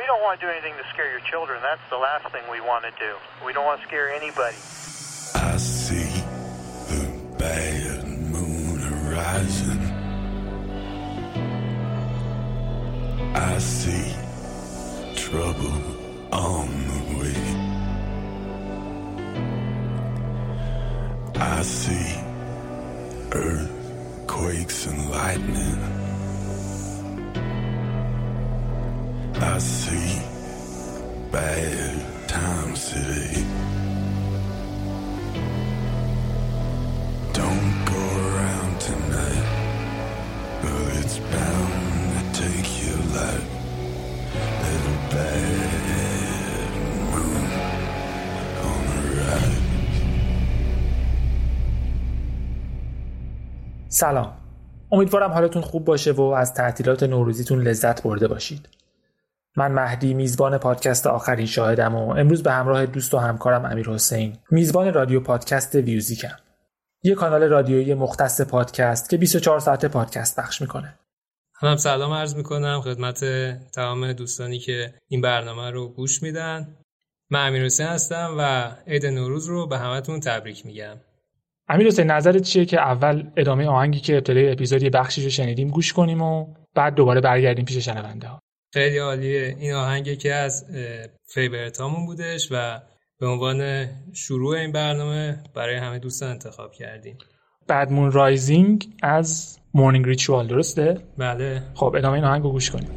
don't want to do anything to scare your children. That's the last thing we want to do. We don't want to scare anybody. I see the bad moon horizon. I see trouble on the way. I see earthquakes and lightning. I see bad times today. Don't go around tonight, but it's bound to take your life. There's a bad moon on the rise. سلام. امیدوارم حالتون خوب باشه و از تعطیلات نوروزیتون لذت برده باشید. من مهدی، میزبان پادکست آخرین شاهدم و امروز به همراه دوست و همکارم امیرحسین، میزبان رادیو پادکست ویوزیکم. یک کانال رادیویی مختص پادکست که 24 ساعته پادکست پخش میکنه. هم سلام عرض میکنم خدمت تمام دوستانی که این برنامه رو گوش میدن. من امیرحسین هستم و عید نوروز رو به همتون تبریک میگم. امیرحسین، نظرت چیه که اول ادامه آهنگی که ابتدای اپیزود یه بخشیش رو شنیدیم گوش کنیم و بعد دوباره برگردیم پیش شنونده ها؟ خیلی عالیه. این آهنگی که از فیورتامون بودش و به عنوان شروع این برنامه برای همه دوستان انتخاب کردیم. بد مون رایزینگ از مورنینگ ریچوال، درسته؟ بله. خب ادامه این آهنگ رو گوش کنیم.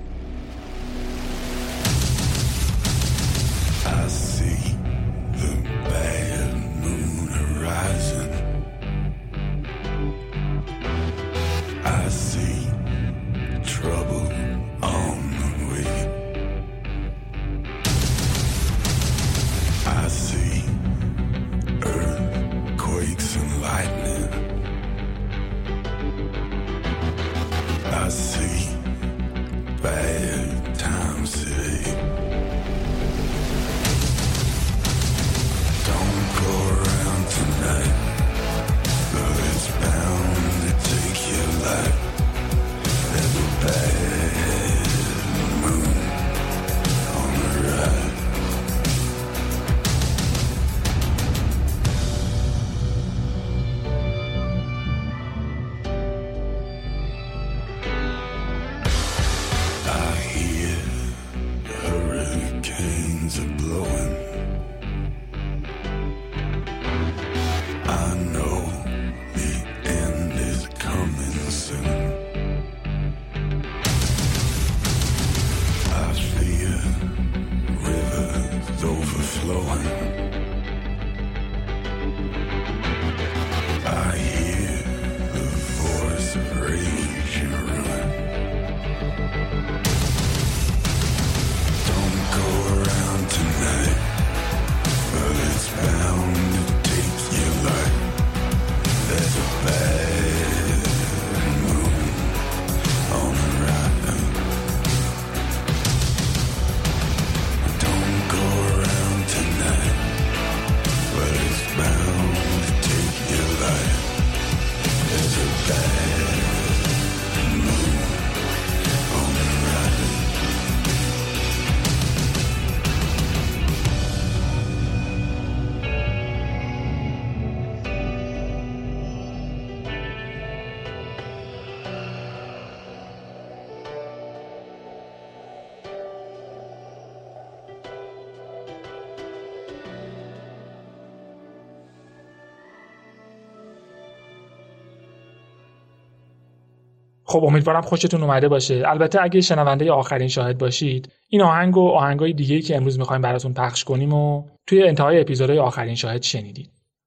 خب امیدوارم خوشتون اومده باشه. البته اگه شنونده آخرین شاهد باشید، این آهنگ و آهنگای دیگه‌ای که امروز می‌خوایم براتون پخش کنیم و توی انتهای اپیزودهای آخرین شاهد شنیدید.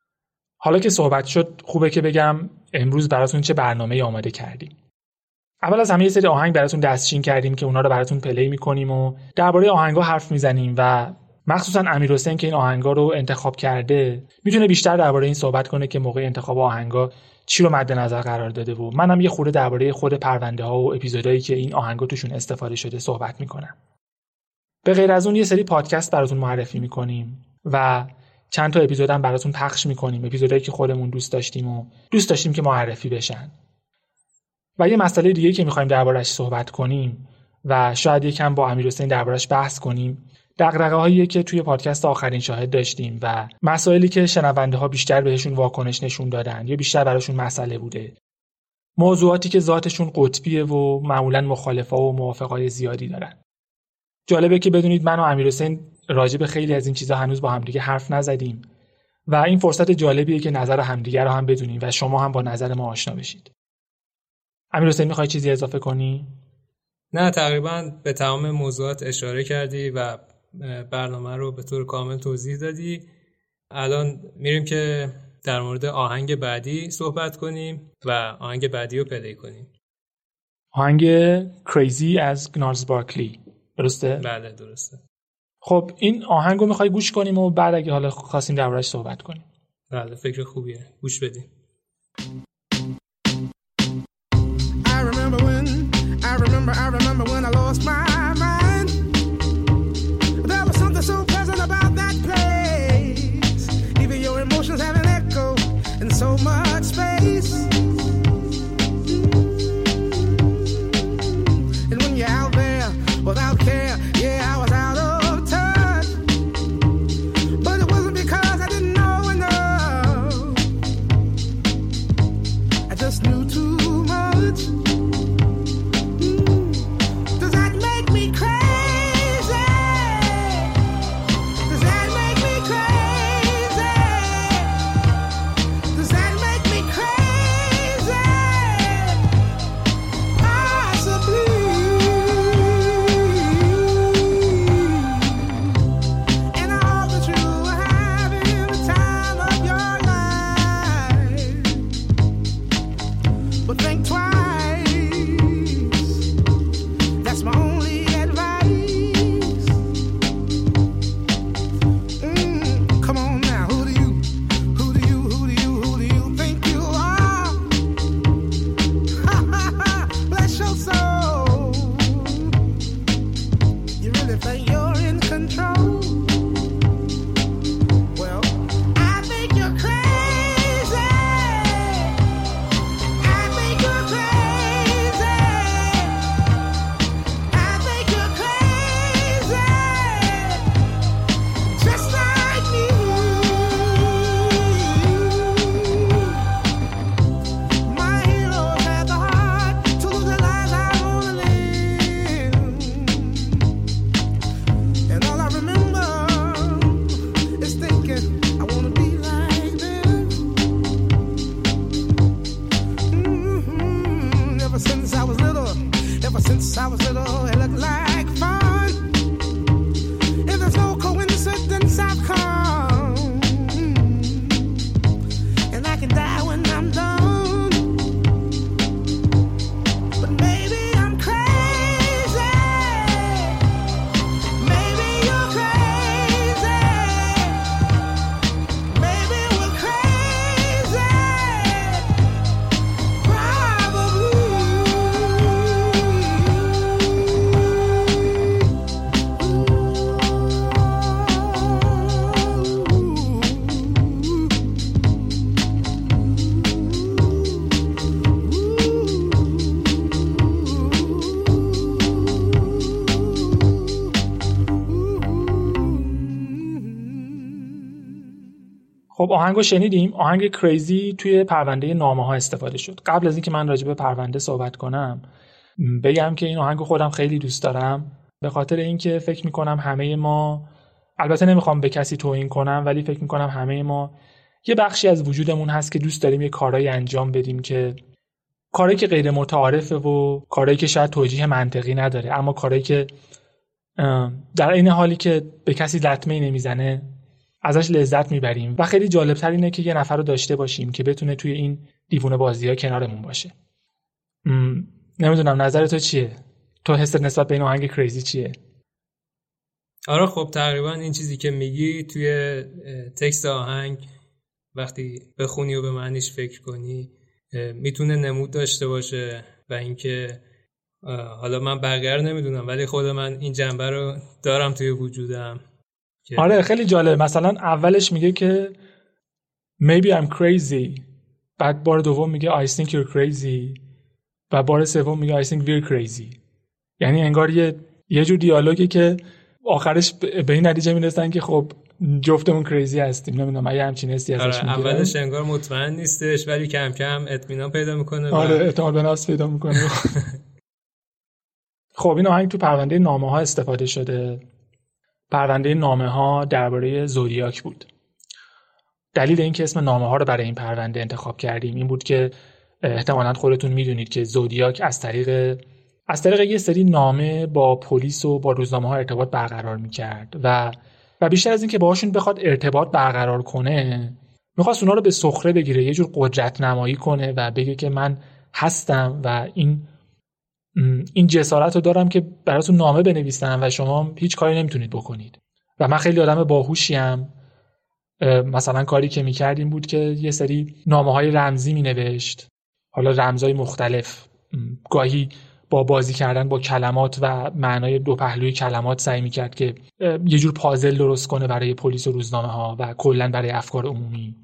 حالا که صحبت شد، خوبه که بگم امروز براتون چه برنامه‌ای آماده کردیم. اول از همه یه سری آهنگ براتون دستچین کردیم که اونا رو براتون پلی می‌کنیم و درباره آهنگا حرف می‌زنیم و مخصوصا امیرحسین که این آهنگا رو انتخاب کرده میتونه بیشتر درباره این صحبت کنه که موقع انتخاب آهنگا چی رو مد نظر قرار داده و منم یه خورده درباره خود پرونده ها و اپیزودایی که این آهنگا توشون استفاده شده صحبت میکنم. به غیر از اون یه سری پادکست براتون معرفی میکنیم و چند تا اپیزود هم براتون پخش میکنیم، اپیزودایی که خودمون دوست داشتیم که معرفی بشن. و یه مسئله دیگه که میخوایم درباره‌اش صحبت کنیم و شاید یکم با امیرحسین دربارش بحث کنیم. دغدغه‌هایی که توی پادکست آخرین شاهد داشتیم و مسائلی که شنونده‌ها بیشتر بهشون واکنش نشون دادن یا بیشتر براشون مسئله بوده. موضوعاتی که ذاتشون قطبیه و معمولاً مخالفه و موافقای زیادی دارن. جالبه که بدونید من و امیرحسین راجع به خیلی از این چیزا هنوز با همدیگه حرف نزدیم و این فرصت جالبیه که نظر همدیگه رو هم بدونیم و شما هم با نظر ما آشنا بشید. امیرحسین می‌خوای چیزی اضافه کنی؟ نه، تقریباً به تمام موضوعات اشاره کردی و برنامه رو به طور کامل توضیح دادی. الان میریم که در مورد آهنگ بعدی صحبت کنیم و آهنگ بعدی رو پلی کنیم. آهنگ کریزی از گنارز بارکلی، درسته؟ بله درسته. خب این آهنگ رو میخوای گوش کنیم و بعد اگه حالا خواستیم دربارش صحبت کنیم. بله فکر خوبیه، گوش بدیم. I remember when I lost my mind. There was something so pleasant about that place. Even your emotions have an echo in so much space. And when you're out there without care, yeah, I was out of touch. But it wasn't because I didn't know enough. I just knew too much. خب آهنگو شنیدیم. آهنگ کریزی توی پرونده نامه‌ها استفاده شد. قبل از اینکه من راجع به پرونده صحبت کنم بگم که این آهنگو خودم خیلی دوست دارم، به خاطر اینکه فکر می‌کنم همه ما، البته نمیخوام به کسی توهین کنم، ولی فکر می‌کنم همه ما یه بخشی از وجودمون هست که دوست داریم یه کارایی انجام بدیم که کاری که غیر متعارفه و کاری که شاید توجیه منطقی نداره، اما کاری که در این حالی که به کسی لطمه نمیزنه ازش لذت میبریم و خیلی جالب‌تر اینه که یه نفر رو داشته باشیم که بتونه توی این دیوونه بازی‌ها کنارمون باشه. نمیدونم نظر تو چیه؟ تو حست نسبت به این آهنگ کریزی چیه؟ آره خب تقریبا این چیزی که میگی توی تکست آهنگ وقتی بخونی و به معنیش فکر کنی میتونه نمود داشته باشه و اینکه حالا من بقیه رو نمیدونم ولی خود من این جنبه رو دارم توی وجودم. آره خیلی جالب. مثلا اولش میگه که maybe I'm crazy، بعد بار دوم میگه I think you're crazy و بار سوم میگه I think we're crazy. یعنی انگار یه جور دیالوگی که آخرش به این نتیجه میرسن که خب جفتمون کریزی هستیم. نمیدونم اگه همچین حسی ازش میگیره. اولش انگار مطمئن نیستش ولی کم کم اطمینان پیدا میکنه. آره اعتماد به نفس پیدا میکنه. خب این آهنگ تو پرونده نامه ها استفاده شده. پرونده نامه ها درباره زودیاک بود. دلیل این که اسم نامه ها رو برای این پرونده انتخاب کردیم این بود که احتمالاً خودتون میدونید که زودیاک از طریق یه سری نامه با پلیس و با روزنامه ها ارتباط برقرار میکرد و بیشتر از این که باهاشون بخواد ارتباط برقرار کنه میخواست اونا رو به سخره بگیره، یه جور قدرت نمایی کنه و بگه که من هستم و این جسارت رو دارم که براتون نامه بنویسم و شما هیچ کاری نمیتونید بکنید و من خیلی آدم باهوشیم. مثلا کاری که میکرد این بود که یه سری نامه‌های رمزی مینوشت، حالا رمزهای مختلف، گاهی با بازی کردن با کلمات و معنای دو پهلوی کلمات سعی میکرد که یه جور پازل درست کنه برای پلیس و روزنامه ها و کلا برای افکار عمومی.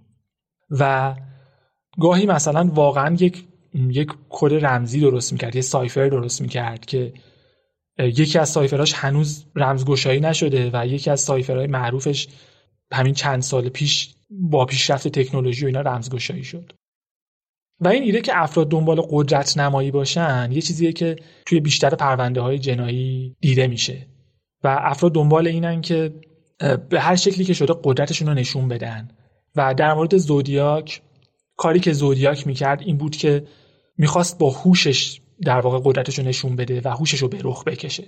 و گاهی مثلا واقعا یک کد رمزی درست میکرد، یه سایفر درست میکرد که یکی از سایفراش هنوز رمزگشایی نشده و یکی از سایفرهای معروفش همین چند سال پیش با پیشرفت تکنولوژی و اینا رمزگشایی شد. و این ایده که افراد دنبال قدرت نمایی باشن یه چیزیه که توی بیشتر پرونده های جنایی دیده میشه و افراد دنبال اینن که به هر شکلی که شده قدرتشون رو نشون بدن. و در مورد زودیاک کاری که زودیاک میکرد این بود که میخواست با هوشش در واقع قدرتش رو نشون بده و هوشش رو به رخ بکشه.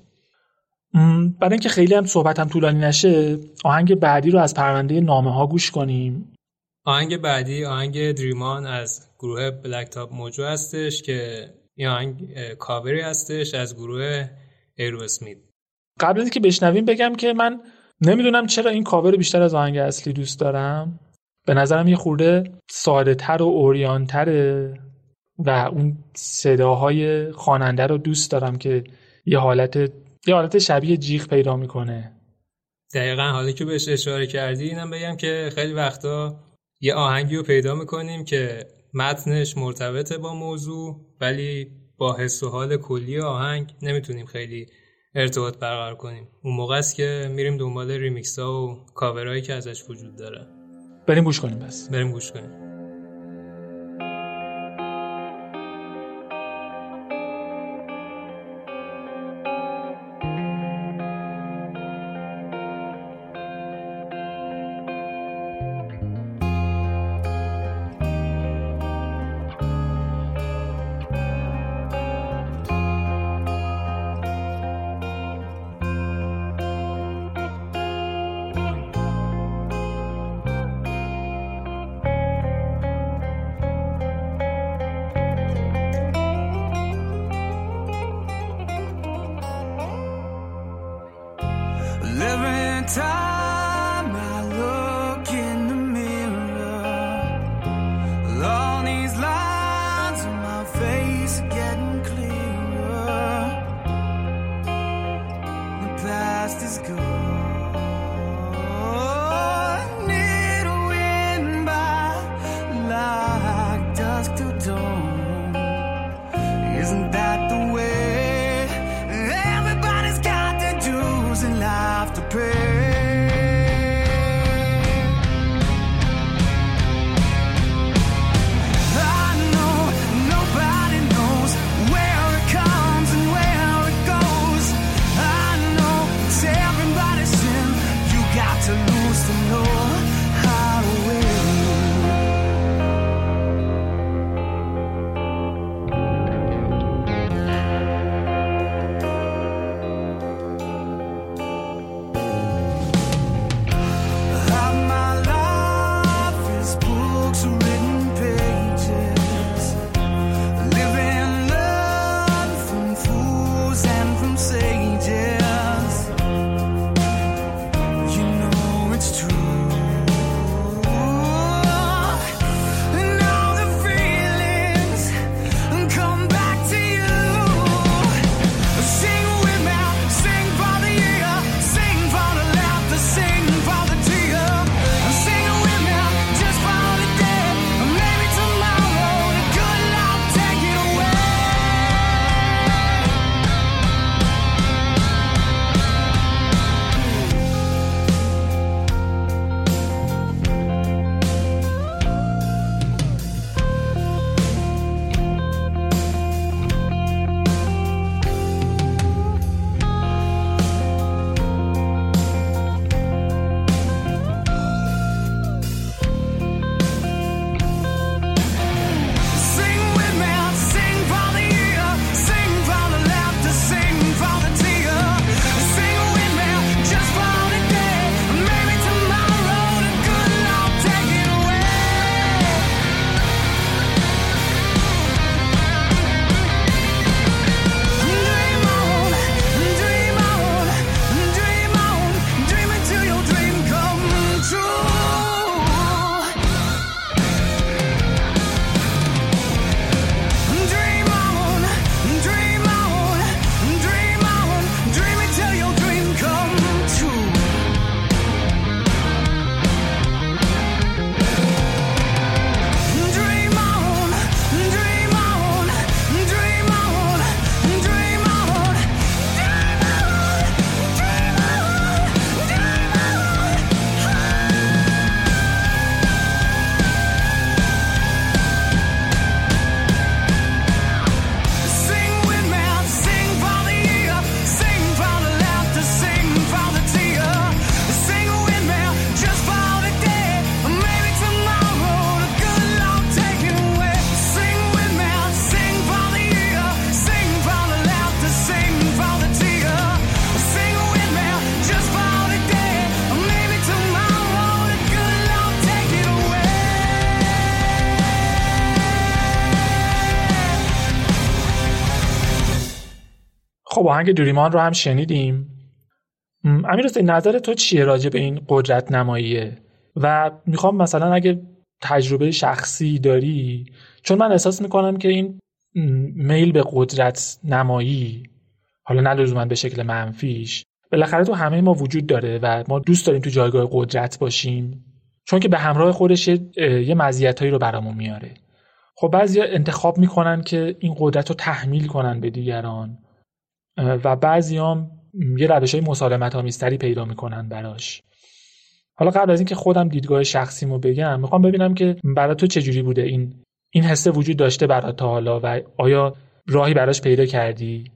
برای اینکه خیلی هم صحبتم طولانی نشه آهنگ بعدی رو از پرونده نامه ها گوش کنیم. آهنگ بعدی آهنگ دریمان از گروه بلک تاپ موجو هستش که این آهنگ کاوری هستش از گروه ایروسمیت. قبل از اینکه بشنویم بگم که من نمیدونم چرا این کاور بیشتر از آهنگ اصلی دوست دارم. به نظرم یه خورده ساده تر و اوریان تره و اون صداهای خواننده رو دوست دارم که یه حالت شبیه جیغ پیدا میکنه. دقیقاً حالا که بهش اشاره کردی اینم بگم که خیلی وقتا یه آهنگی رو پیدا میکنیم که متنش مرتبطه با موضوع ولی با حس و حال کلی آهنگ نمیتونیم خیلی ارتباط برقرار کنیم. اون موقع است که میریم دنبال ریمیکس ها و کاورایی که ازش وجود داره. بریم گوش کنیم. بریم گوش کنیم. Pray خب آهنگ دریمان رو هم شنیدیم. امیرحسین نظر تو چیه راجع به این قدرت نماییه؟ و میخوام مثلا اگه تجربه شخصی داری، چون من احساس میکنم که این میل به قدرت نمایی، حالا نه لزوما به شکل منفیش، بالاخره تو همه ما وجود داره و ما دوست داریم تو جایگاه قدرت باشیم، چون که به همراه خودش یه مزیتایی رو برامون میاره. خب بعضیا انتخاب میکنن که این قدرت رو تحمیل کنن به دیگران و بعضیام یه روش‌های مسالمت‌آمیزتری پیدا میکنن براش. حالا قبل از اینکه خودم دیدگاه شخصیمو بگم، میخوام ببینم که برای تو چجوری بوده این حس وجود داشته برات تا حالا و آیا راهی براش پیدا کردی؟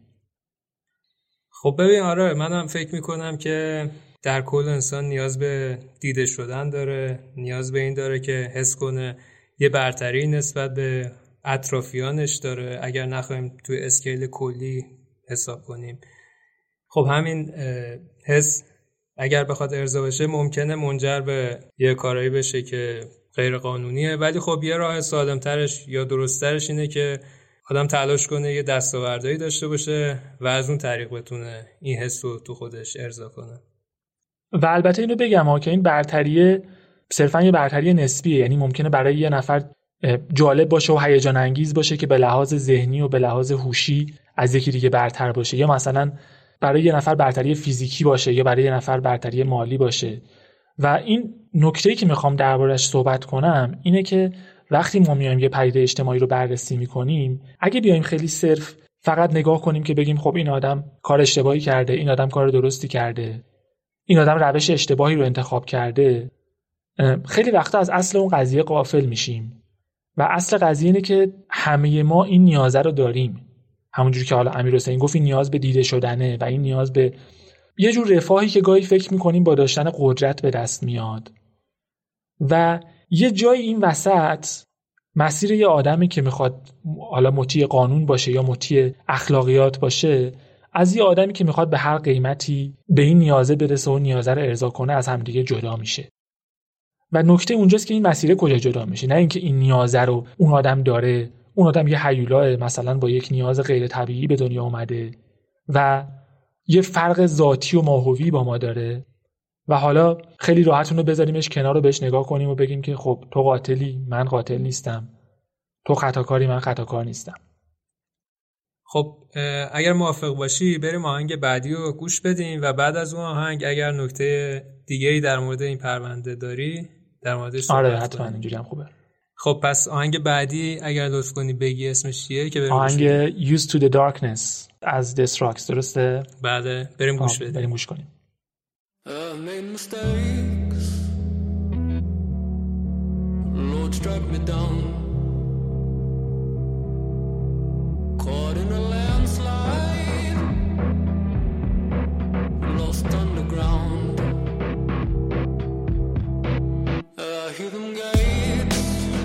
خب ببین، آره منم فکر میکنم که در کل انسان نیاز به دیده شدن داره، نیاز به این داره که حس کنه یه برتری نسبت به اطرافیانش داره، اگر نخواهیم توی اسکیل کلی حساب کنیم. خب همین حس اگر بخواد ارضا بشه ممکنه منجر به یه کارایی بشه که غیر قانونیه، ولی خب یه راه سالمترش یا درست‌ترش اینه که آدم تلاش کنه یه دستاوردهایی داشته باشه و از اون طریق بتونه این حس رو تو خودش ارضا کنه. و البته اینو بگم که این برتریه صرفا یه برتری نسبیه، یعنی ممکنه برای یه نفر جالب باشه و هیجان انگیز باشه که به لحاظ ذهنی و به لحاظ هوشی از یکی دیگه برتر باشه، یا مثلا برای یه نفر برتری فیزیکی باشه یا برای یه نفر برتری مالی باشه. و این نکته‌ای که میخوام دربارش صحبت کنم اینه که وقتی ما میایم یه پدیده اجتماعی رو بررسی میکنیم، اگه بیایم خیلی صرف فقط نگاه کنیم که بگیم خب این آدم کار اشتباهی کرده، این آدم کار درستی کرده، این آدم روش اشتباهی رو انتخاب کرده، خیلی وقتا از اصل اون قضیه غافل میشیم. و اصل قضیه اینه که همه ما این نیازه رو داریم، همونجوری که حالا امیرحسین گفت، این نیاز به دیده شدنه و این نیاز به یه جور رفاهی که گاهی فکر میکنیم با داشتن قدرت به دست میاد. و یه جای این وسط مسیر یه آدمی که میخواد حالا مطیع قانون باشه یا مطیع اخلاقیات باشه، از یه آدمی که میخواد به هر قیمتی به این نیازه برسه و نیازه رو ارضا کنه از همدیگه جدا میشه. و نکته اونجاست که این مسیر کجا جدا میشه، نه اینکه این نیازه رو اون آدم داره، اون آدم یه هیولاه مثلا با یک نیاز غیر طبیعی به دنیا اومده و یه فرق ذاتی و ماهوی با ما داره و حالا خیلی راحت اونو بذاریمش کنار رو بهش نگاه کنیم و بگیم که خب تو قاتلی، من قاتل نیستم، تو خطاکاری، من خطاکار نیستم. خب اگر موافق باشی بریم آهنگ بعدی رو گوش بدیم و بعد از اون آهنگ اگر نکته دیگه‌ای در مورد این پرونده داری در موردش صحبت کنیم. آره حتما، اینجوری هم خوبه. خب پس آهنگ بعدی اگر لطف کنی بگی اسمش چیه که بریم آهنگ Used to the Darkness از Death Rocks، درسته؟ بعد بریم گوش بدیم. بریم گوش کنیم. I've made mistakes. Lord struck me down. Caught in a landslide. Lost underground. I hear them gates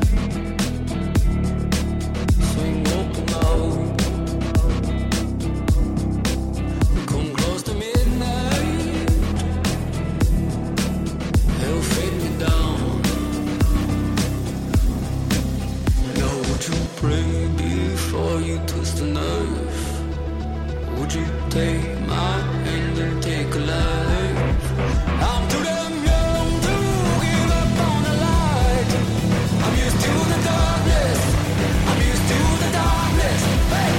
swing open out. Come close to midnight. Hell fade me down. Now would you pray before you twist a knife? Would you take my hand and take a life? I'm too damn young to give up on the light. I'm used to the darkness. I'm used to the darkness. Hey!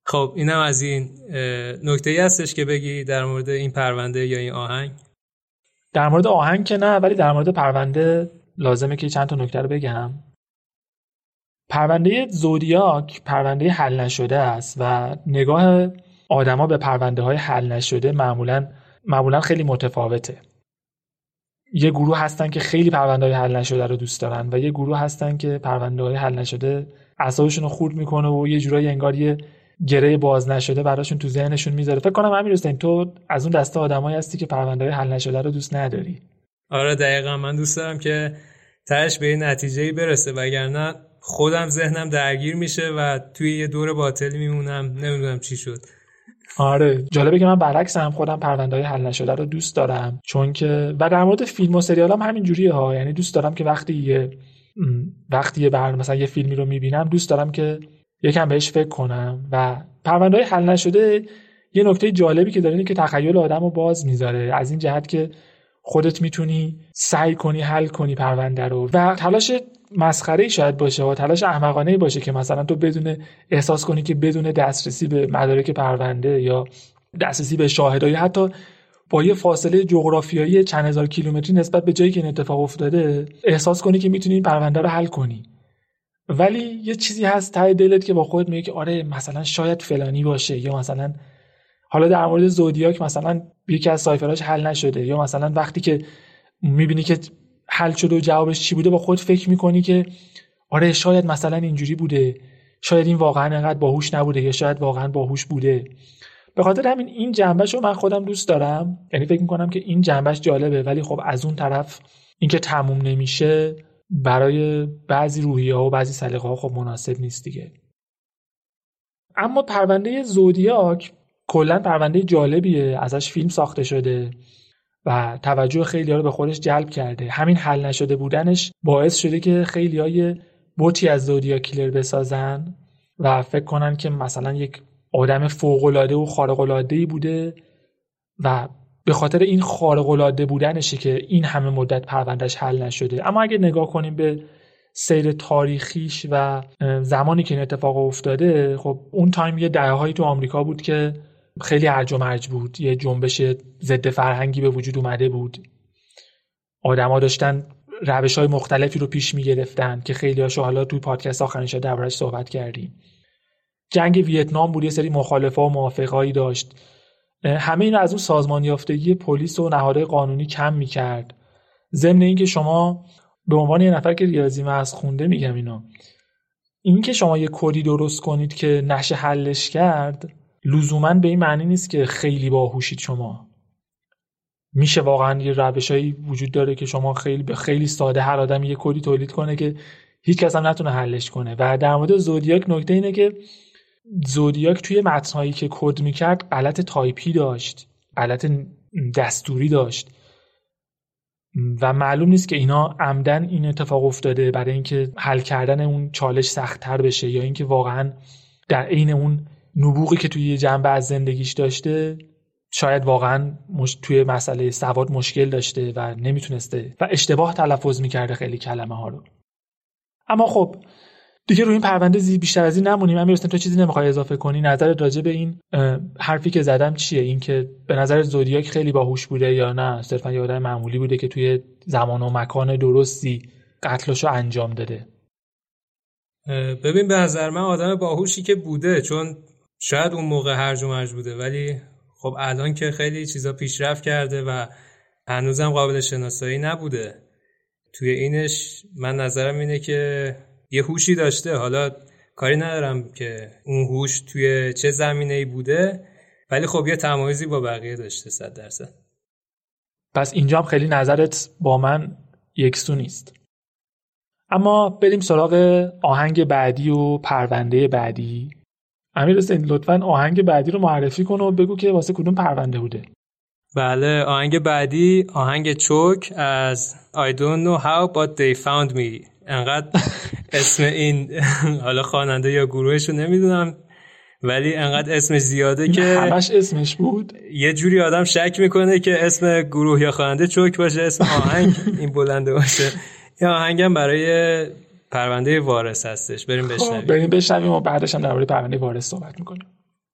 خب اینم از این. نکته‌ای هستش که بگی در مورد این پرونده یا این آهنگ؟ در مورد آهنگ که نه، ولی در مورد پرونده لازمه که چند تا نکته رو بگم. پرونده زودیاک پرونده حل نشده است و نگاه آدما به پرونده های حل نشده معمولا خیلی متفاوته. یه گروه هستن که خیلی پرونده های حل نشده رو دوست دارن و یه گروه هستن که پرونده های حل نشده اعصابشون رو خورد میکنه و یه جورایی انگار یه گره باز نشده براشون تو ذهنشون میذاره. فکر کنم امیرحسین تو از اون دسته آدمایی هستی که پرونده های حل نشده رو دوست نداری. آره دقیقاً، من دوست دارم که تهش به این نتیجه‌ای برسه، وگرنه خودم ذهنم درگیر میشه و توی یه دور باطلی میمونم، نمیدونم چی شد. آره جالبه که من برعکسم، خودم پرونده‌های حل نشده رو دوست دارم، چون که و در مورد فیلم و سریال هم همین جوریه ها. یعنی دوست دارم که وقتی یه مثلا یه فیلمی رو میبینم دوست دارم که یکم بهش فکر کنم. و پرونده‌های حل نشده یه نکته جالبی که داره اینه که تخیل آدمو باز میذاره، از این جهت که خودت میتونی سعی کنی حل کنی پرونده رو و تلاش مسخره‌ای شاید باشه و تلاش احمقانه‌ای باشه که مثلا تو بدون احساس کنی که بدون دسترسی به مدارک پرونده یا دسترسی به شاهدای حتی با یه فاصله جغرافیایی چند هزار کیلومتری نسبت به جایی که این اتفاق افتاده احساس کنی که میتونی این پرونده رو حل کنی. ولی یه چیزی هست ته دلت که با خودت میگی که آره مثلا شاید فلانی باشه، یا مثلا حالا در مورد زودیاک مثلا یکی از سایفراش حل نشده، یا مثلا وقتی که میبینی که حل شده و جوابش چی بوده با خود فکر میکنی که آره شاید مثلا اینجوری بوده، شاید این واقعا انقدر باهوش نبوده، یا شاید واقعا باهوش بوده. به خاطر همین این جنبش رو من خودم دوست دارم، یعنی فکر میکنم که این جنبش جالبه، ولی خب از اون طرف اینکه تموم نمیشه برای بعضی روحیه‌ها و بعضی سلیقه‌ها خب مناسب نیست دیگه. اما پرونده زودیاک کلا پرونده جالبیه، ازش فیلم ساخته شده و توجه خیلی‌ها رو به خودش جلب کرده. همین حل نشده بودنش باعث شده که خیلی‌ها بوتی از زودیاک کیلر بسازن و فکر کنن که مثلا یک آدم فوق‌العاده و خارق‌العاده‌ای بوده و به خاطر این خارق‌العاده بودنشه که این همه مدت پروندهش حل نشده. اما اگه نگاه کنیم به سیر تاریخیش و زمانی که این اتفاق افتاده، خب اون تایم یه دهه‌هایی تو آمریکا بود که خیلی هرج و مرج بود، یه جنبش ضد فرهنگی به وجود اومده بود، آدما داشتن روش‌های مختلفی رو پیش می‌گرفتن که خیلی‌هاشو حالا توی پادکست آخرین شده دربارش صحبت کردیم. جنگ ویتنام بود، یه سری مخالفا و موافقایی داشت. همه اینا از اون سازمان یافتگی پلیس و نهادهای قانونی کم می‌کرد. ضمن این که شما به عنوان یه نفر که ریاضی مغز خونده میگم این که شما یه کدی درست کنید که نشه حلش کرد لزوماً به این معنی نیست که خیلی باهوشید. شما میشه واقعاً یه روشایی وجود داره که شما خیلی ساده هر آدم یه کدی تولید کنه که هیچ کس هم نتونه حلش کنه. و در مورد زودیاک نکته اینه که زودیاک توی متن‌هایی که کد میکرد غلط تایپی داشت، غلط دستوری داشت و معلوم نیست که اینا عمدن این اتفاق افتاده برای اینکه حل کردن اون چالش سخت‌تر بشه، یا اینکه واقعاً در عین اون نبوغی که توی یه جنبه از زندگیش داشته شاید واقعاً توی مسئله سواد مشکل داشته و نمیتونسته و اشتباه تلفظ میکرده خیلی کلمه ها رو. اما خب دیگه روی این پرونده بیشتر از این نمونیم. امیرحسین تو چیزی نمیخوای اضافه کنی؟ نظرت راجع به این حرفی که زدم چیه؟ این که به نظر زودیاک خیلی باهوش بوده یا نه صرفا یه آدم معمولی بوده که توی زمان و مکان درستی قتلشو انجام داده؟ ببین به نظر من آدم باهوشی که بوده، چون شاید اون موقع هرج و مرج بوده، ولی خب الان که خیلی چیزا پیشرفت کرده و هنوزم قابل شناسایی نبوده. توی اینش من نظرم اینه که یه هوشی داشته، حالا کاری ندارم که اون هوش توی چه زمینه‌ای بوده، ولی خب یه تمایزی با بقیه داشته 100%. پس اینجا هم خیلی نظرت با من یکسو نیست. اما بریم سراغ آهنگ بعدی و پرونده بعدی. امیرحسین لطفاً آهنگ بعدی رو معرفی کن و بگو که واسه کدوم پرونده بوده. بله، آهنگ بعدی آهنگ چوک از I don't know how but they found me. انقدر اسم این حالا خواننده یا گروهشو نمیدونم، ولی انقدر اسمش زیاده که همش اسمش بود. یه جوری آدم شک میکنه که اسم گروه یا خواننده چوک باشه، اسم آهنگ این بلنده باشه. این آهنگم برای پرونده وارث هستش. بریم بشنویم. بریم بشنویم و بعدش هم درباره پرونده وارث صحبت میکنیم.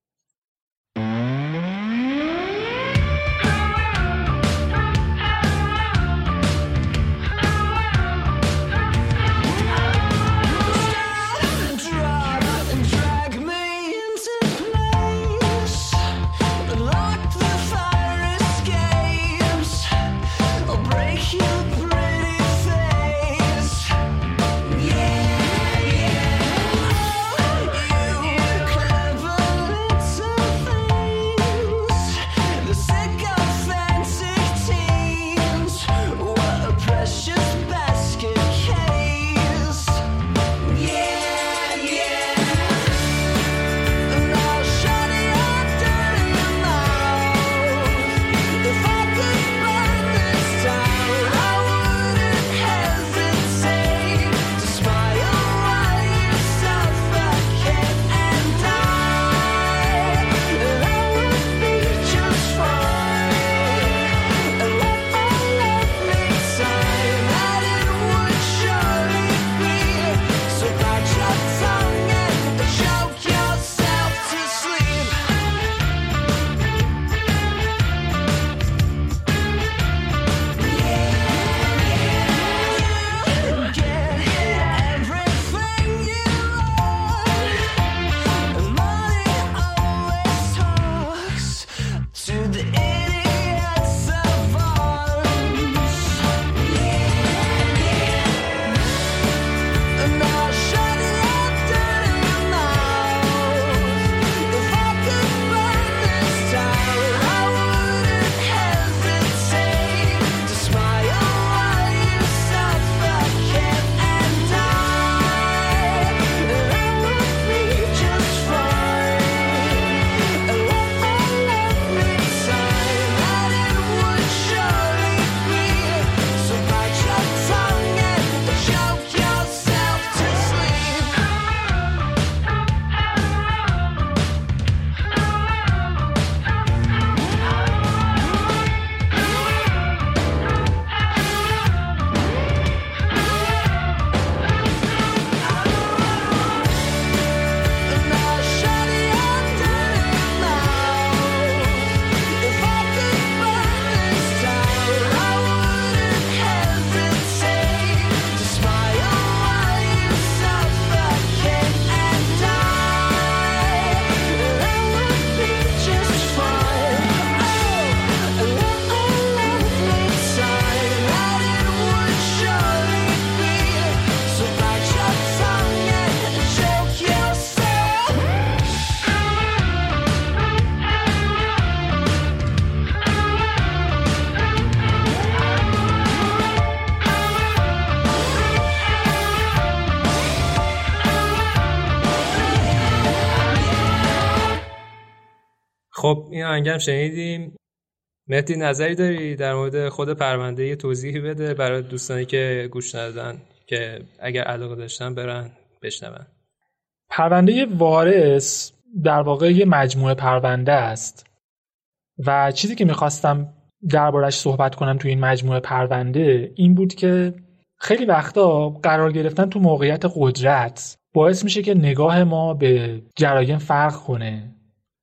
خب این آهنگم شنیدیم. مهدی نظری داری در مورد خود پرونده یه توضیحی بده برای دوستانی که گوش ندادن که اگر علاقه داشتن برن بشنون. پرونده وارث در واقع یه مجموعه پرونده است و چیزی که میخواستم دربارش صحبت کنم توی این مجموعه پرونده این بود که خیلی وقتا قرار گرفتن تو موقعیت قدرت باعث میشه که نگاه ما به جرایم فرق کنه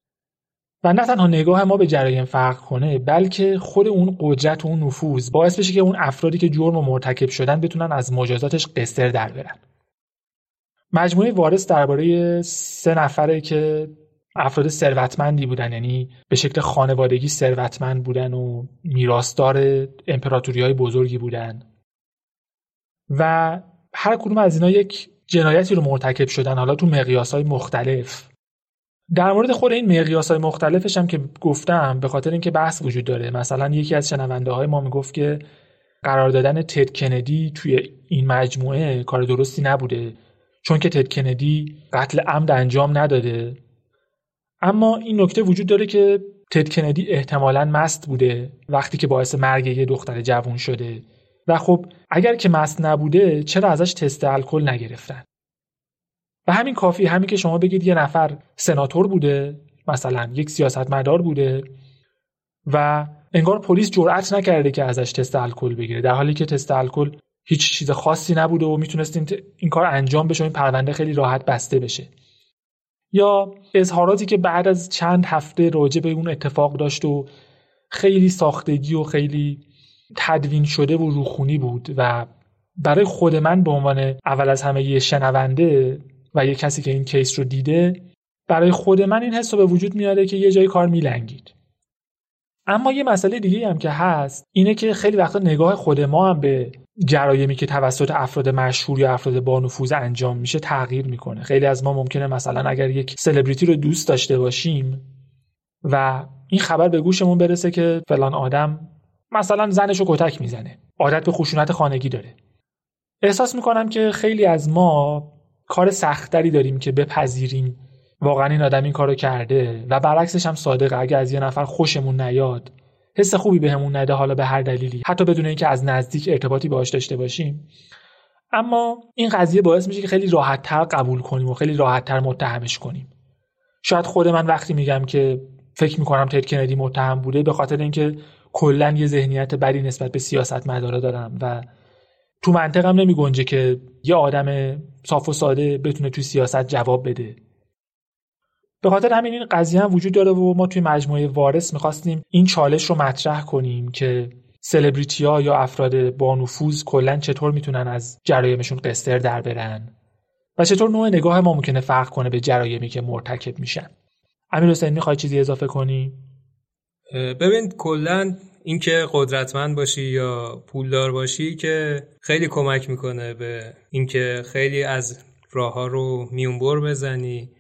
و نه تنها نگاه ما به جرایم فرق کنه بلکه خود اون قدرت و اون نفوذ باعث بشه که اون افرادی که جرم رو مرتکب شدن بتونن از مجازاتش قصر در برن. مجموعه وارث درباره 3 نفره که افراد ثروتمندی بودن، یعنی به شکل خانوادگی ثروتمند بودن و میراثدار امپراتوری‌های بزرگی بودن و هر کدوم از اینا یک جنایتی رو مرتکب شدن، حالا تو مقیاس‌های مختلف. در مورد خود این مقیاس‌های مختلفش هم که گفتم به خاطر اینکه بحث وجود داره. مثلا یکی از شنونده‌های ما میگفت که قرار دادن تد کندی توی این مجموعه کار درستی نبوده چون که تد کندی قتل عمد انجام نداده. اما این نکته وجود داره که تد کندی احتمالاً مست بوده وقتی که باعث مرگ یه دختر جوان شده و خب اگر که مست نبوده چرا ازش تست الکل نگرفتن؟ و همین کافی، همین که شما بگید یه نفر سناتور بوده، مثلا یک سیاستمدار بوده و انگار پلیس جرئت نکرده که ازش تست الکل بگیره، در حالی که تست الکل هیچ چیز خاصی نبوده و میتونست این کار انجام بشه و این پرونده خیلی راحت بسته بشه. یا اظهاراتی که بعد از چند هفته راجع به اون اتفاق داشت و خیلی ساختگی و خیلی تدوین شده و روخونی بود و برای خود من به عنوان اول از همه یه شنونده و یه کسی که این کیس رو دیده، برای خود من این حس رو به وجود میاره که یه جای کار میلنگید. اما یه مسئله دیگه هم که هست اینه که خیلی وقتا نگاه خود ما هم به جرایمی که توسط افراد مشهور یا افراد با نفوذ انجام میشه تغییر میکنه. خیلی از ما ممکنه مثلا اگر یک سلبریتی رو دوست داشته باشیم و این خبر به گوشمون برسه که فلان آدم مثلا زنشو کتک میزنه، عادت به خشونت خانگی داره، احساس میکنم که خیلی از ما کار سختری داریم که بپذیریم واقعا این آدم این کارو کرده و برعکسش هم صادقه. اگه از یه نفر خوشمون نیاد، حس خوبی بهمون نده، حالا به هر دلیلی، حتی بدون اینکه از نزدیک ارتباطی باهاش داشته باشیم، اما این قضیه باعث میشه که خیلی راحت‌تر قبول کنیم و خیلی راحت‌تر متهمش کنیم. شاید خود من وقتی میگم که فکر میکنم تد کندی متهم بوده به خاطر اینکه کلا یه ذهنیت بدی نسبت به سیاستمدارا دارم و تو منطقم نمیگنجه که یه آدم صاف و ساده بتونه توی سیاست جواب بده. به خاطر همین این قضیه هم وجود داره و ما توی مجموعه وارث می‌خواستیم این چالش رو مطرح کنیم که سلبریتی‌ها یا افراد با نفوذ کلاً چطور میتونن از جرایمشون قصر در برن و چطور نوع نگاه ما ممکنه فرق کنه به جرایمی که مرتکب میشن. امیرحسین می‌خوای چیزی اضافه کنی؟ ببین کلاً اینکه قدرتمند باشی یا پولدار باشی که خیلی کمک میکنه به اینکه خیلی از راه‌ها رو میونبر بزنی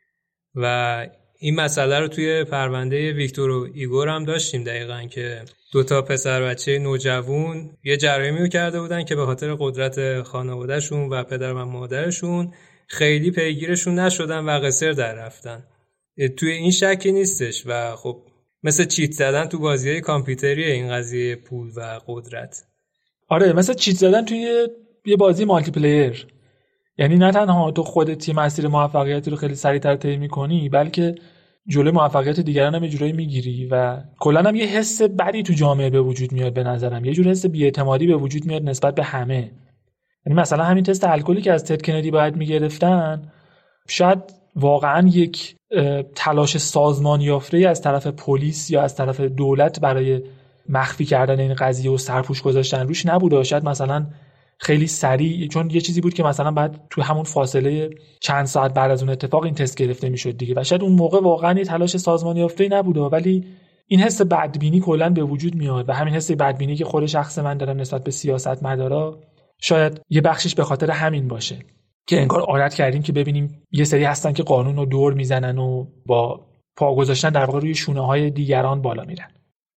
و این مسئله رو توی پرونده ویکتور و ایگور هم داشتیم دقیقاً که 2 پسر بچه نوجوان یه جرایمی رو کرده بودن که به خاطر قدرت خانواده‌شون و پدر و مادرشون خیلی پیگیرشون نشدن و قصر در رفتن. توی این شکی نیستش و خب مثل چیت زدن تو بازی‌های کامپیوتریه این قضیه پول و قدرت. آره، مثل چیت زدن توی یه بازی مالتی پلیر. یعنی نه تنها تو خودت مسیر موفقیتی رو خیلی سریع‌تر طی می‌کنی، بلکه جلوی موفقیت دیگران هم یه جورایی میگیری و کلاً هم یه حس بدی تو جامعه به وجود میاد. به نظرم یه جور حس بی‌اعتمادی به وجود میاد نسبت به همه. یعنی مثلا همین تست الکلی که از تد کندی باید میگرفتن، شاید واقعاً یک تلاش سازمان یافته‌ای از طرف پلیس یا از طرف دولت برای مخفی کردن این قضیه و سرپوش گذاشتن روش نبوده. شاید مثلا خیلی سریع، چون یه چیزی بود که مثلا بعد تو همون فاصله چند ساعت بعد از اون اتفاق این تست گرفته میشد دیگه و شاید اون موقع واقعا یه تلاش سازمان یافته‌ای نبوده، ولی این حس بدبینی کلا به وجود میاد و همین حس بدبینی که خود شخص من دارم نسبت به سیاستمدارا شاید یه بخشش به خاطر همین باشه که انگار عادت کردیم که ببینیم یه سری هستن که قانون رو دور میزنن و با پا گذاشتن در واقع روی شونه‌های دیگران بالا میرن.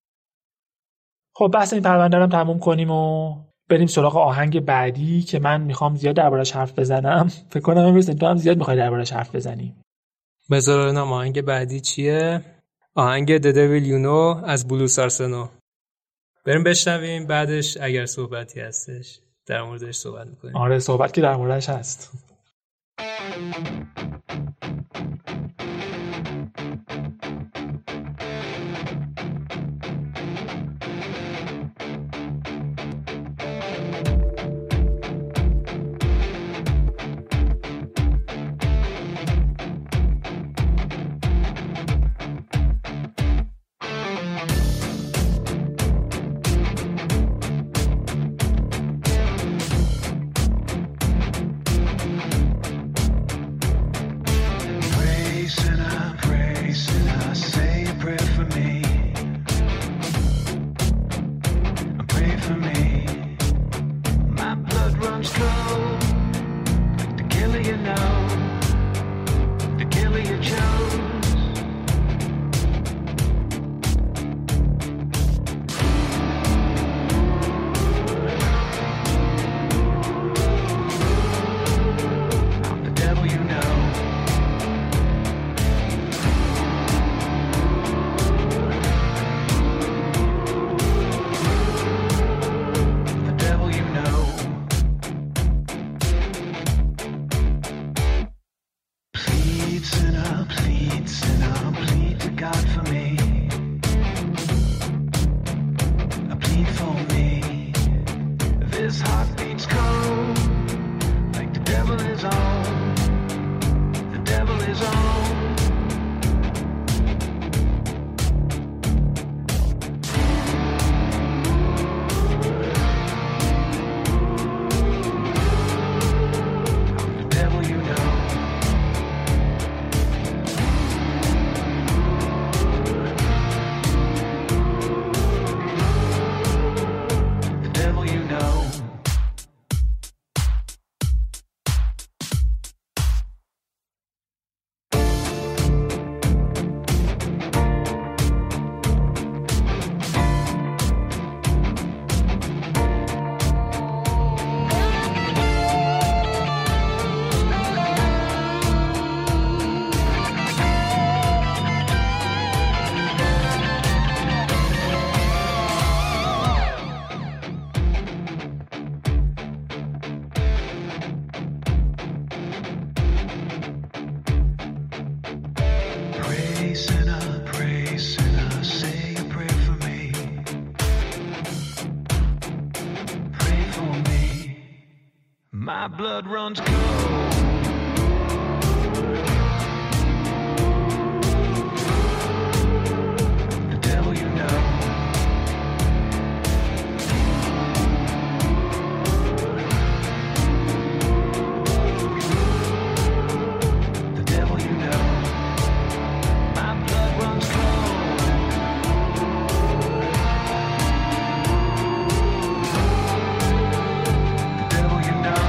خب بحث این پرونده رو تموم کنیم و بریم سراغ آهنگ بعدی که من میخوام زیاد دربارش حرف بزنم. فکر کنم امروز تو هم زیاد میخوای دربارش حرف بزنی. بذار ببینم آهنگ بعدی چیه. آهنگ The Devil You Know از بلوس آرسنو. بریم بشنویم، بعدش اگر صحبتی هستش در موردش صحبت میکنیم. آره صحبت که در موردش هست. My blood runs cold. The devil you know. The devil you know. My blood runs cold. The devil you know.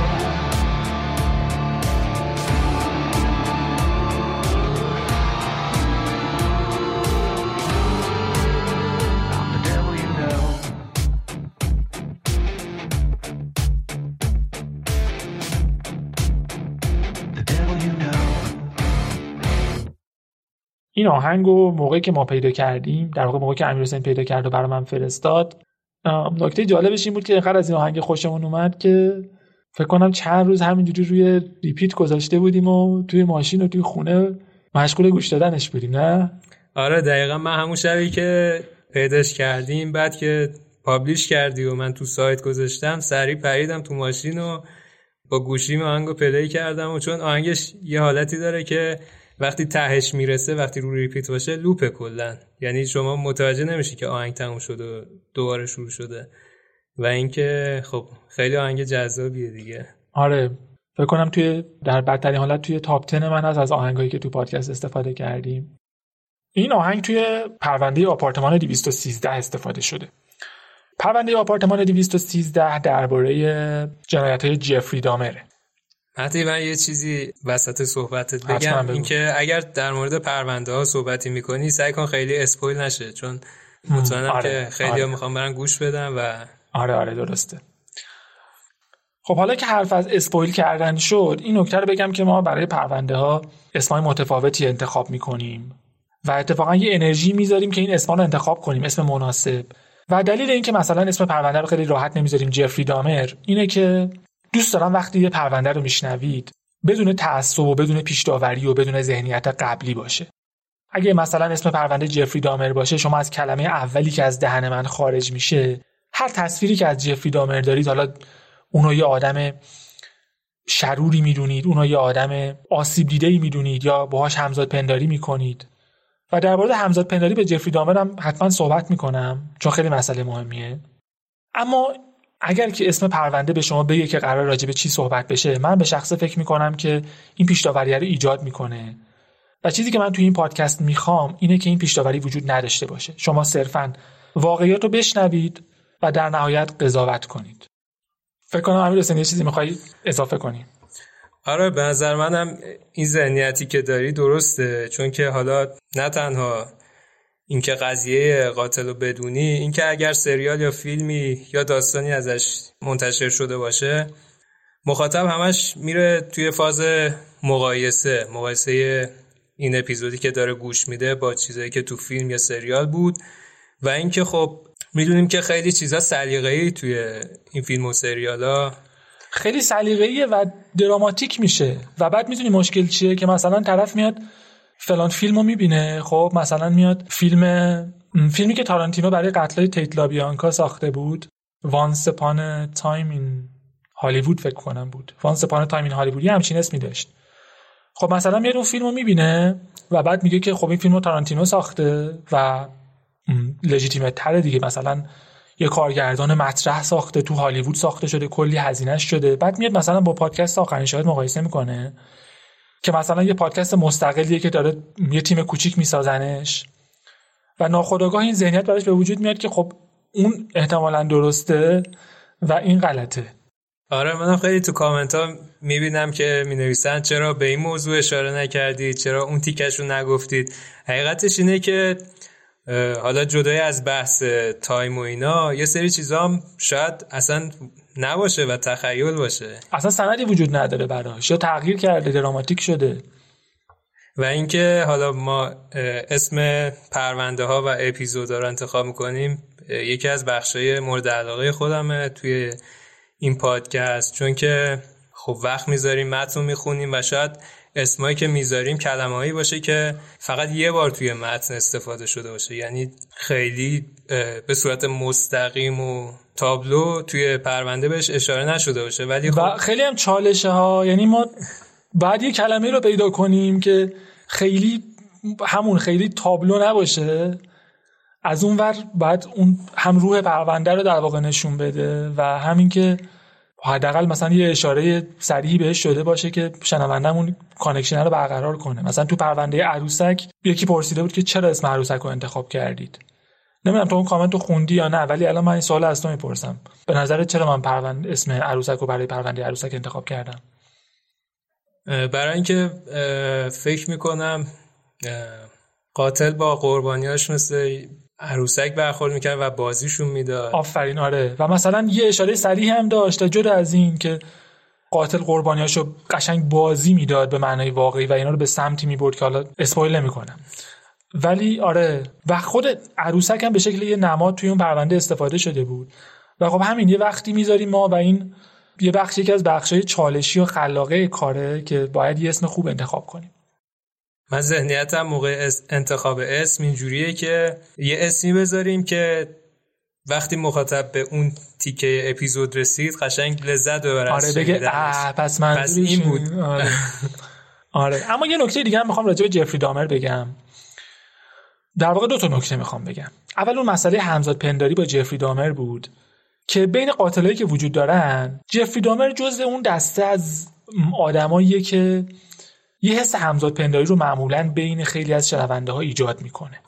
این آهنگو موقعی که ما پیدا کردیم، در واقع موقعی که امیرحسین پیدا کرد و برای من فرستاد، نکته جالبش این بود که اینقدر از این آهنگ خوشمون اومد که فکر کنم چند روز همینجوری روی ریپیت گذاشته بودیم و توی ماشین و توی خونه مشغول گوش دادنش بودیم. نه؟ آره دقیقا من همون شبی که پیداش کردیم، بعد که پابلیش کردی و من تو سایت گذاشتم، سریع پریدم تو ماشین و با گوشیم آهنگو پلی کردم. و چون آهنگش یه حالتی داره که وقتی تهش میرسه، وقتی رو ریپیت باشه، لوپه کلن، یعنی شما متوجه نمیشی که آهنگ تموم شده و دوباره شروع شده. و اینکه خب خیلی آهنگ جذابیه دیگه. آره فکر کنم در بدترین حالت توی تاپ 10 من هست از آهنگایی که تو پادکست استفاده کردیم. این آهنگ توی پرونده آپارتمان 213 استفاده شده. پرونده آپارتمان 213 درباره جنایت‌های جفری دامره. حتی من یه چیزی وسط صحبتت بگم، اینکه اگر در مورد پرونده ها صحبتی میکنی سعی کن خیلی اسپویل نشه، چون مطمئنم که خیلی ها میخوام برن گوش بدن و آره درسته. خب حالا که حرف از اسپویل کردن شد، این نکته رو بگم که ما برای پرونده ها اسمای متفاوتی انتخاب میکنیم و اتفاقا یه انرژی میذاریم که این اسما رو انتخاب کنیم، اسم مناسب. و دلیل این که مثلا اسم پرونده رو خیلی راحت نمیذاریم جفری دامر اینه که دوست دارم وقتی یه پرونده رو میشنوید بدون تعصب و بدون پیش‌داوری و بدون ذهنیت قبلی باشه. اگه مثلا اسم پرونده جفری دامر باشه، شما از کلمه اولی که از دهن من خارج میشه، هر تصویری که از جفری دامر دارید، حالا اونو یه آدم شروری میدونید، اونو یه آدم آسیب دیده‌ای میدونید یا باهاش همزاد پنداری میکنید. و در مورد همزاد پنداری به جفری دامر هم حتما صحبت میکنم چون خیلی مسئله مهمیه. اما اگر که اسم پرونده به شما بگه که قرار راجع به چی صحبت بشه، من به شخصه فکر میکنم که این پیش‌داوری رو ایجاد میکنه. و چیزی که من توی این پادکست میخوام اینه که این پیش‌داوری وجود نداشته باشه. شما صرفاً واقعیات رو بشنوید و در نهایت قضاوت کنید. فکر کنم امیرحسین یه چیزی میخوای اضافه کنی؟ آره، به نظر منم این ذهنیتی که داری درسته، چون که حالا نه تنها اینکه قضیه قاتل رو بدونی، اینکه اگر سریال یا فیلمی یا داستانی ازش منتشر شده باشه، مخاطب همش میره توی فاز مقایسه این اپیزودی که داره گوش میده با چیزایی که تو فیلم یا سریال بود. و اینکه خب میدونیم که خیلی چیزا سلیقه‌ای توی این فیلم و سریالا خیلی سلیقه‌ایه و دراماتیک میشه. و بعد میدونی مشکل چیه؟ که مثلا طرف میاد فلان فیلمو میبینه، خب مثلا میاد فیلمی که تارانتینو برای قتلای تیت لابیانکا ساخته بود، Once Upon a Time in Hollywood فکر کنم بود، Once Upon a Time in Hollywood یه همچین اسمی داشت. خب مثلا میاد اون فیلمو میبینه و بعد میگه که خب این فیلمو تارانتینو ساخته و لژیتیمت تره دیگه، مثلا یه کارگردان مطرح ساخته، تو هالیوود ساخته شده، کلی هزینه‌اش شده. بعد میاد مثلا با پادکست آخرین شاهد مقایسه میکنه که مثلا یه پادکست مستقلیه که داره یه تیم کوچیک میسازنش و ناخودآگاه این ذهنیت براش به وجود میاد که خب اون احتمالاً درسته و این غلطه. آره، منم خیلی تو کامنت ها میبینم که مینویسن چرا به این موضوع اشاره نکردید، چرا اون تیکش رو نگفتید. حقیقتش اینه که حالا جدای از بحث تایم و اینا، یه سری چیزا هم شاید اصلا نباشه و تخیل باشه، اصلا سندی وجود نداره براش، یا تغییر کرده، دراماتیک شده. و اینکه حالا ما اسم پرونده ها و اپیزودا رو انتخاب میکنیم، یکی از بخشای مورد علاقه خودمه توی این پادکست، چون که خب وقت میذاریم، متن میخونیم و شاید اسمایی که میذاریم کلمه‌ای باشه که فقط یه بار توی متن استفاده شده باشه، یعنی خیلی به صورت مستقیم و تابلو توی پرونده بهش اشاره نشده باشه. ولی خب خیلی هم چالشه ها، یعنی ما بعد یه کلمه رو پیدا کنیم که خیلی تابلو نباشه، از اون ور بعد اون هم روح پرونده رو در واقع نشون بده و همین که حداقل مثلا یه اشاره صریحی بهش شده باشه که شنوندمون کانکشن رو برقرار کنه. مثلا تو پرونده عروسک یکی پرسیده بود که چرا اسم عروسک رو انتخاب کردید. نمیدونم تو اون کامنت رو خوندی یا نه، ولی الان من این سوال از تو میپرسم، به نظرت چرا من اسم عروسک رو برای پرونده عروسک انتخاب کردم؟ برای اینکه فکر میکنم قاتل با قربانیاش مثل عروسک برخورد میکرد و بازیشون میداد. آفرین، آره. و مثلا یه اشاره صریح هم داشت جدا از این که قاتل قربانیاشو قشنگ بازی میداد به معنای واقعی و اینا رو به سمتی میبرد که حالا اسپویل نمیکنم، ولی آره. و خود عروسک هم به شکل یه نماد توی اون پرونده استفاده شده بود و خب همین یه وقتی میذاریم ما و این یه بخش، یکی از بخشای چالشی و خلاقه کاره که باید یه اسم خوب انتخاب کنیم. من ذهنیتم موقع انتخاب اسم اینجوریه که یه اسمی بذاریم که وقتی مخاطب به اون تیکه اپیزود رسید قشنگ لذت ببره. آره بگه پس این بود. آره. اما یه نکته دیگه هم میخوام راجع به جفری دامر بگم. در واقع دو تا نکته میخوام بگم. اول اون مسئله همزاد پنداری با جفری دامر بود که بین قاتلایی که وجود دارن، جفری دامر جزء اون دسته از آدماییه که یه حس همزاد پنداری رو معمولاً بین خیلی از شنونده ها ایجاد میکنه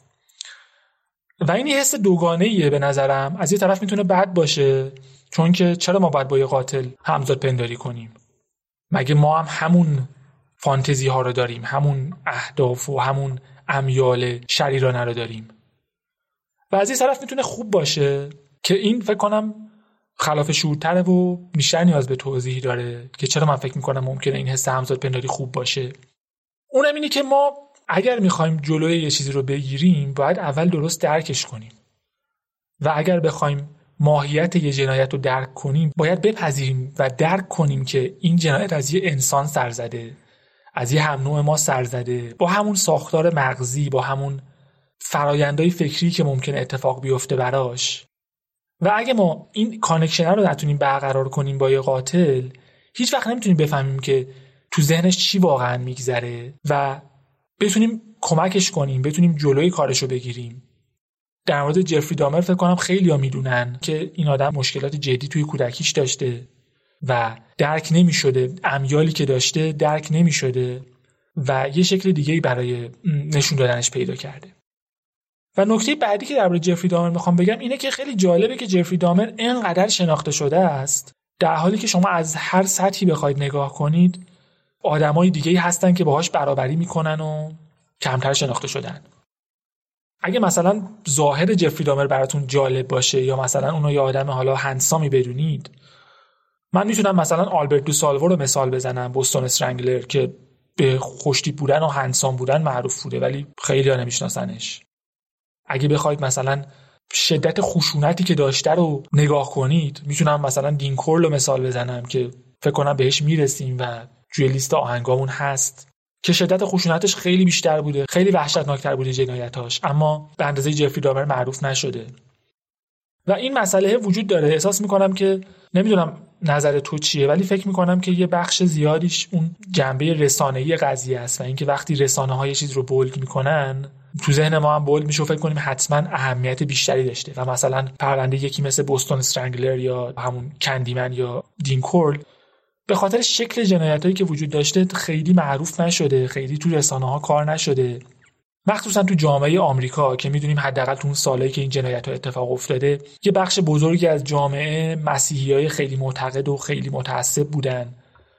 و این یه حس دوگانه‌ایه به نظرم. از یه طرف میتونه بد باشه، چون که چرا ما باید با یه قاتل همزاد پنداری کنیم؟ مگه ما هم همون فانتزی ها رو داریم، همون اهداف و همون امیال شریرانه رو داریم؟ و از یه طرف میتونه خوب باشه که این فکر کنم خلاف شعورتره و بیشتر نیاز به توضیح داره که چرا من فکر میکنم ممکنه این حس همزاد پنداری خوب باشه. اونم اینه که ما اگر میخوایم جلوی یه چیزی رو بگیریم باید اول درست درکش کنیم و اگر بخوایم ماهیت یه جنایت رو درک کنیم باید بپذیریم و درک کنیم که این جنایت از یه انسان سر زده، از یه هم نوع ما سر زده، با همون ساختار مغزی، با همون فرایندهای فکری که ممکنه اتفاق بیفته براش. و اگه ما این کانکشن رو نتونیم برقرار کنیم با یه قاتل، هیچ وقت نمیتونیم بفهمیم که تو ذهنش چی واقعا میگذره و بتونیم کمکش کنیم، بتونیم جلوی کارشو بگیریم. در مورد جفری دامر فکر کنم خیلی‌ها میدونن که این آدم مشکلات جدی توی کودکیش داشته و درک نمی‌شده، امیالی که داشته درک نمی‌شده و یه شکل دیگه‌ای برای نشون دادنش پیدا کرده. و نکته بعدی که درباره جفری دامر میخوام بگم اینه که خیلی جالبه که جفری دامر اینقدر شناخته شده است، در حالی که شما از هر سطحی بخواید نگاه کنید آدمای دیگه‌ای هستن که باهاش برابری میکنن و کمتر شناخته شدن. اگه مثلا ظاهر جفری دامر براتون جالب باشه یا مثلا اونو یه آدم حالا هندسامی بدونید، من میتونم مثلا آلبرت دو سالوو رو مثال بزنم، بوستون استرنگلر، که به خوشتیپ بودن و هندسام بودن معروف بوده ولی خیلی‌ها نمیشناسنش. اگه بخواید مثلا شدت خشونتی که داشته رو نگاه کنید، میتونم مثلا دینکورل رو مثال بزنم که فکر کنم بهش میرسیم و توی لیست آهنگامون هست که شدت خشونتش خیلی بیشتر بوده، خیلی وحشتناکتر بوده جنایتاش، اما به اندازه جفری دامر معروف نشده. و این مسئله وجود داره. احساس میکنم که نمیدونم نظر تو چیه ولی فکر میکنم که یه بخش زیادیش اون جنبه رسانه‌ای قضیه است و اینکه وقتی رسانه‌ها یه چیز رو بولد میکنن تو ذهن ما هم بولد میشه و فکر کنیم حتما اهمیت بیشتری داشته. و مثلا پرونده یکی مثل بوستون استرنگلر یا همون کندیمن یا دینکورل به خاطر شکل جنایتایی که وجود داشته خیلی معروف نشده، خیلی تو رسانه‌ها کار نشده، مخصوصا تو جامعه آمریکا که میدونیم حداقل تو اون سالایی که این جنایت‌ها اتفاق افتاده یه بخش بزرگی از جامعه مسیحیای خیلی معتقد و خیلی متعصب بودن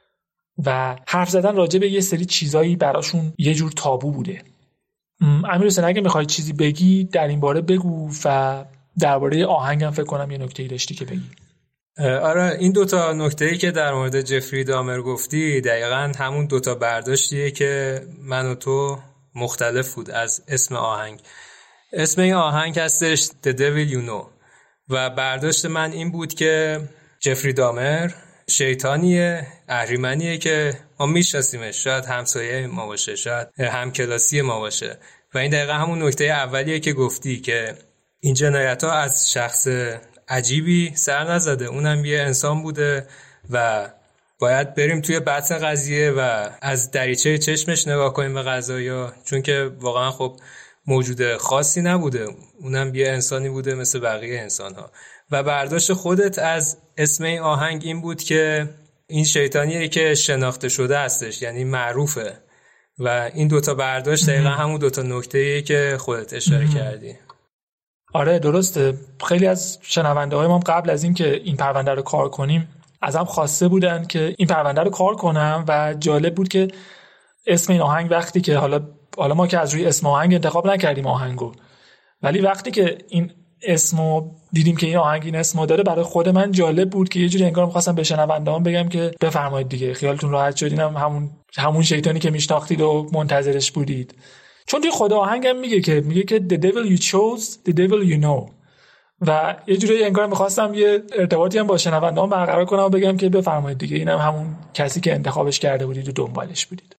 و حرف زدن راجع به یه سری چیزایی براشون یه جور تابو بوده. امیرحسین اگه میخوای چیزی بگی در این باره بگو و درباره آهنگم فکر کنم یه نکته‌ای داشتی که بگی. آره، این دوتا نکته‌ای که در مورد جفری دامر گفتی دقیقاً همون دوتا برداشتیه که من و تو مختلف بود از اسم آهنگ. اسم این آهنگ هستش The Devil You Know و برداشت من این بود که جفری دامر شیطانیه، اهریمنیه که ما میشناسیمش، شاید همسایه ما باشه، شاید همکلاسی ما باشه و این دقیقا همون نکته اولیه که گفتی که این جنایت ها از شخص عجیبی سر نزده، اونم یه انسان بوده و باید بریم توی بطن قضیه و از دریچه چشمش نگاه کنیم به قضایا، چون که واقعا خب موجود خاصی نبوده، اونم یه انسانی بوده مثل بقیه انسان‌ها. و برداشت خودت از اسم این آهنگ این بود که این شیطانیه که شناخته شده هستش، یعنی معروفه و این دوتا برداشت دقیقا همون دوتا نکته‌ایه که خودت اشاره کردی. آره درسته. خیلی از شنونده های ما قبل از این که این پرونده رو کار کنیم ازم خواسته بودن که این پرونده رو کار کنم و جالب بود که اسم این آهنگ وقتی که حالا ما که از روی اسم آهنگ انتخاب نکردیم آهنگو، ولی وقتی که این اسمو دیدیم که این آهنگ این اسمو داره برای خود من جالب بود که یه جوری انگار می‌خواستم به شنونده‌ام بگم که بفرمایید دیگه خیالتون راحت شد، اینم همون شیطانی که میشناختید و منتظرش بودید. چون توی خود آهنگم میگه که The devil you chose, the devil you know و یه جوری انگار می‌خواستم یه ارتباطی هم با شنونده‌ام برقرار کنم و بگم که بفرمایید دیگه اینم همون کسی که انتخابش کرده بودید و دنبالش بودید.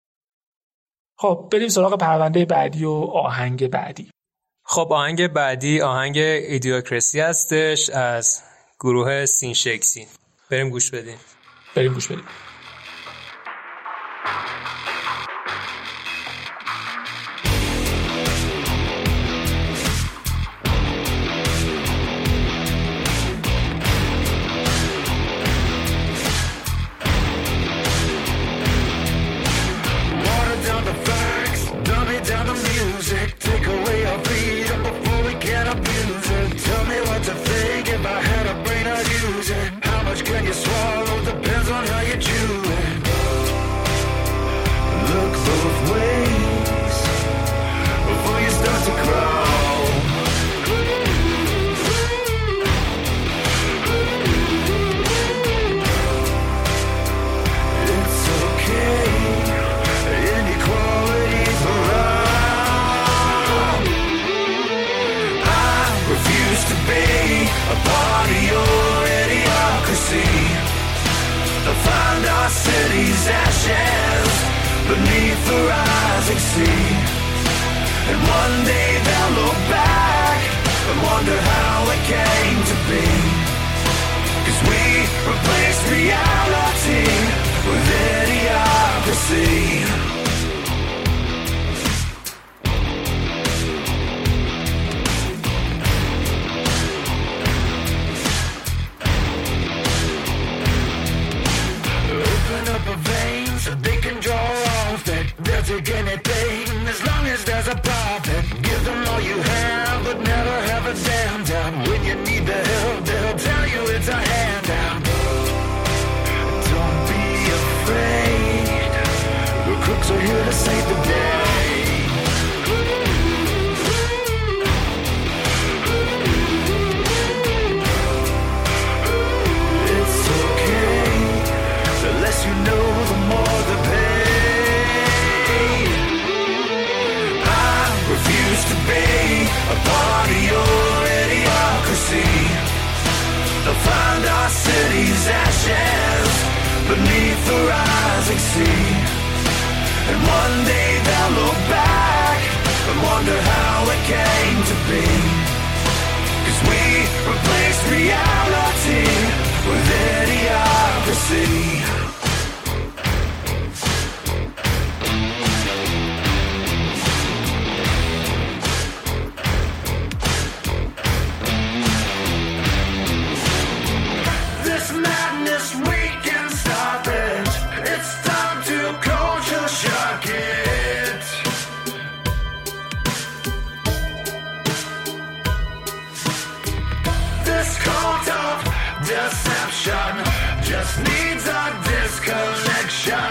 خب بریم سراغ پرونده بعدی و آهنگ بعدی. خب آهنگ بعدی آهنگ ایدیوکراسی هستش از گروه سین شکسین. بریم گوش بدیم. Can you swallow? Depends on how you choose. city's ashes beneath the rising sea. And one day they'll look back and wonder how it came to be. 'Cause we replaced reality with idiocracy. Open up a vein so they can draw off it. They'll take anything as long as there's a profit. Give them all you have, but never have a damn doubt. When you need the help, they'll tell you it's a handout. Don't be afraid. The crooks are here to save the day. It's okay. The less you know, the more the pain. I refuse to be a part of your idiocracy. They'll find our city's ashes beneath the rising sea. And one day they'll look back and wonder how it came to be. 'Cause we replaced reality with idiocracy. This madness, we can stop it. It's time to culture shock it. This cult of deception just needs a disconnection.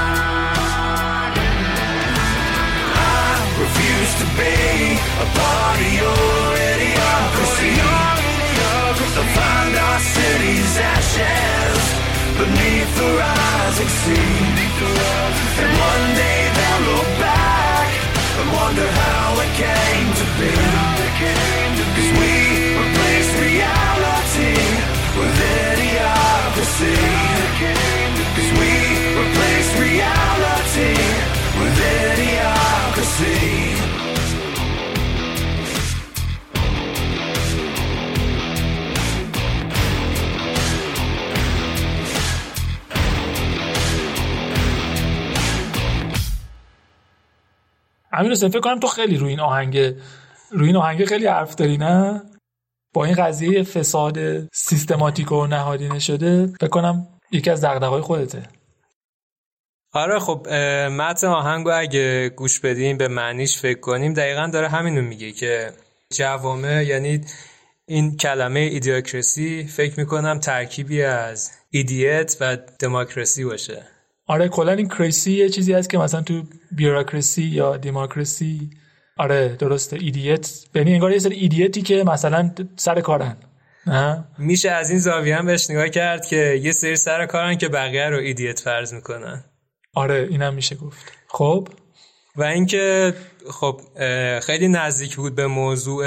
I refuse to be a part of your idiocracy. They'll find our city's ashes beneath the rising sea. And one day they'll look back and wonder how it came to be. 'Cause we replaced reality with idiocracy. 'Cause we replaced reality with idiocracy. امیر حسین، فکر کنم تو خیلی روی این آهنگ خیلی حرف داری، نه؟ با این قضیه فساد سیستماتیک و نهادینه شده فکر کنم یکی از دغدغه‌های خودته. آره خب متن آهنگو اگه گوش بدیم به معنیش فکر کنیم دقیقاً داره همینو میگه که جوامع، یعنی این کلمه ایدیوکراسی فکر میکنم ترکیبی از ایدیت و دموکراسی باشه. آره کلا این کریسی یه چیزی هست که مثلا تو بیوروکراسی یا دموکراسی، آره درسته، ایدیت یعنی انگار یه سری ایدیتی که مثلا سر کارن. میشه از این زاویه هم بهش نگاه کرد که یه سری سر کارن که بقیه رو ایدیت فرض میکنن. آره اینم میشه گفت. خب و اینکه خب خیلی نزدیک بود به موضوع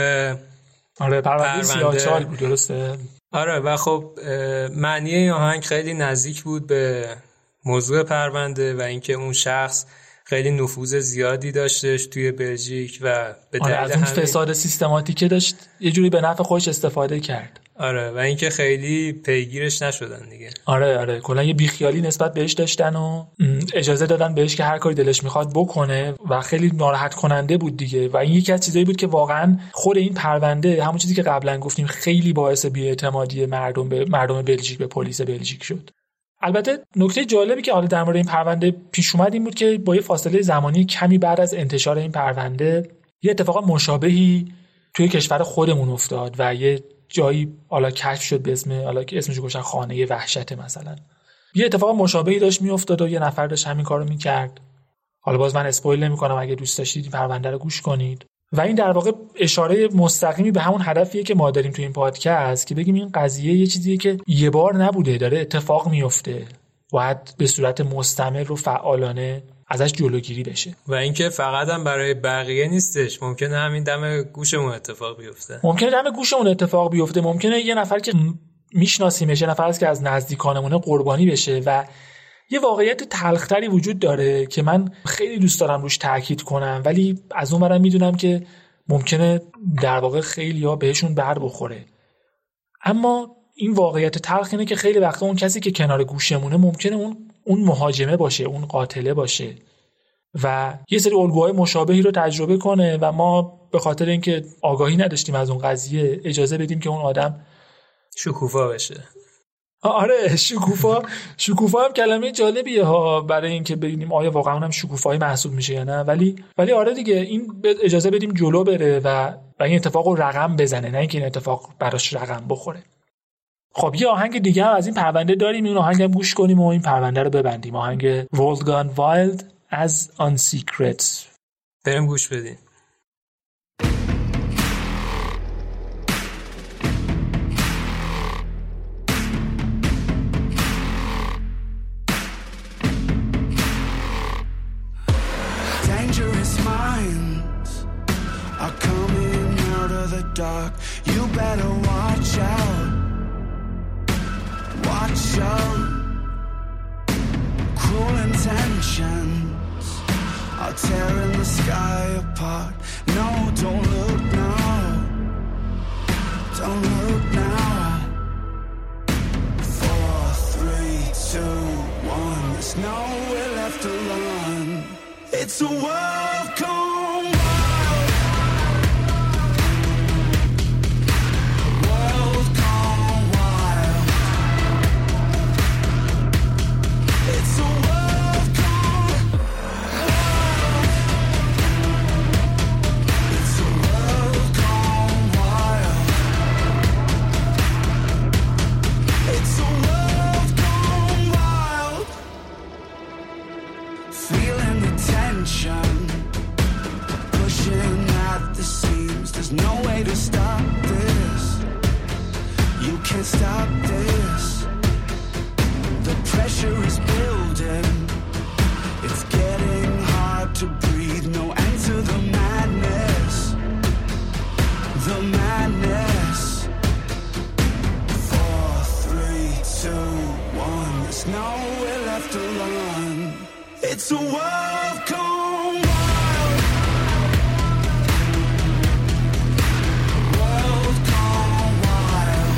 آره پرونده سیاه‌چال بود، درسته. آره و خب معنی این آهنگ خیلی نزدیک بود به موضوع پرونده و اینکه اون شخص خیلی نفوذ زیادی داشتش توی بلژیک و به دلیل از اون فساد سیستماتیکه داشت یه جوری به نفع خودش استفاده کرد. آره و اینکه خیلی پیگیرش نشدن دیگه. آره کلا یه بیخیالی نسبت بهش داشتن و اجازه دادن بهش که هر کاری دلش میخواد بکنه و خیلی ناراحت کننده بود دیگه. و این یکی از چیزایی بود که واقعا خود این پرونده، همون چیزی که قبلا گفتیم، خیلی باعث بی‌اعتمادی مردم بلژیک به پلیس بلژیک شد. البته نکته جالبی که حالا در مورد این پرونده پیش اومد این بود که با یه فاصله زمانی کمی بعد از انتشار این پرونده یه اتفاق مشابهی توی کشور خودمون افتاد و یه جایی حالا کشف شد به اسم، حالا که اسمش گذاشتن خانه وحشت مثلا. یه اتفاق مشابهی داشت میافتاد و یه نفر داشت همین کارو میکرد. حالا باز من اسپویل نمیکنم، اگه دوست داشتید این پرونده رو گوش کنید. و این در واقع اشاره مستقیمی به همون هدفیه که ما داریم تو این پادکست، که بگیم این قضیه یه چیزیه که یه بار نبوده، داره اتفاق میفته، باید به صورت مستمر و فعالانه ازش جلوگیری بشه. و اینکه فقط هم برای بقیه نیستش، ممکنه همین دم گوشمون اتفاق بیفته. ممکنه یه نفر که میشناسیمش، یه نفر است که از نزدیکانمونه قربانی بشه و یه واقعیت تلختری وجود داره که من خیلی دوست دارم روش تاکید کنم، ولی از اون برم میدونم که ممکنه در واقع خیلی‌ها بهشون بر بخوره. اما این واقعیت تلخ اینه که خیلی وقتا اون کسی که کنار گوشمونه ممکنه اون مهاجمه باشه، اون قاتله باشه و یه سری الگوهای مشابهی رو تجربه کنه و ما به خاطر اینکه آگاهی نداشتیم از اون قضیه اجازه بدیم که اون آدم شکوفا بشه. آره شکوفا هم کلمه جالبیه ها برای اینکه ببینیم آیا واقعا اونم شکوفایی محسوب میشه یا نه، ولی آره دیگه این اجازه بدیم جلو بره و این اتفاق رو رقم بزنه، نه اینکه این اتفاق براش رقم بخوره. خب یه آهنگ دیگه هم از این پرونده داریم، این آهنگ هم گوش کنیم و این پرونده رو ببندیم. آهنگ World Gone Wild از On Secrets. بریم گوش بدیم. Dangerous minds are coming out of the dark. You better watch out. Watch out. Cruel intentions are tearing the sky apart. No, don't look now. Don't look now. 4, 3, 2, 1. There's nowhere left to run. It's a world gone wild. World gone wild. It's a world gone wild. It's a world gone wild. It's a world gone wild. Feeling the tension, pushing at the seams. There's no way to stop this. You can't stop this. The pressure is building. It's getting hard to breathe. No end to the madness. The madness. 4, 3, 2, 1. There's nowhere left to run. It's a world gone wild. World gone wild.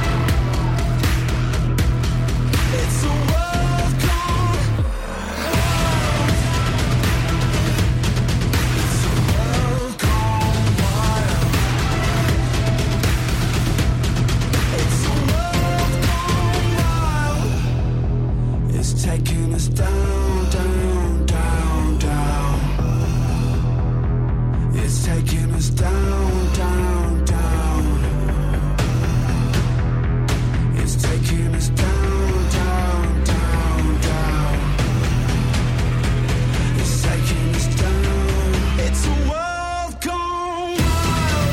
It's a world gone wild. It's a world gone wild. It's a world gone wild. It's taking us down, down, down, down. It's taking us down, down, down. It's taking us down, down, down, down. It's taking us down. It's a world gone wild.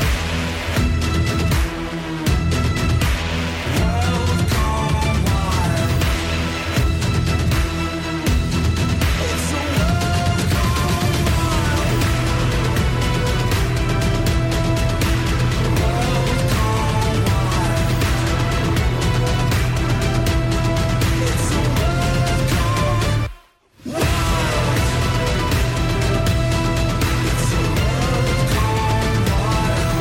World gone wild. It's a world gone wild. World gone wild. It's a world gone wild. It's a world gone wild.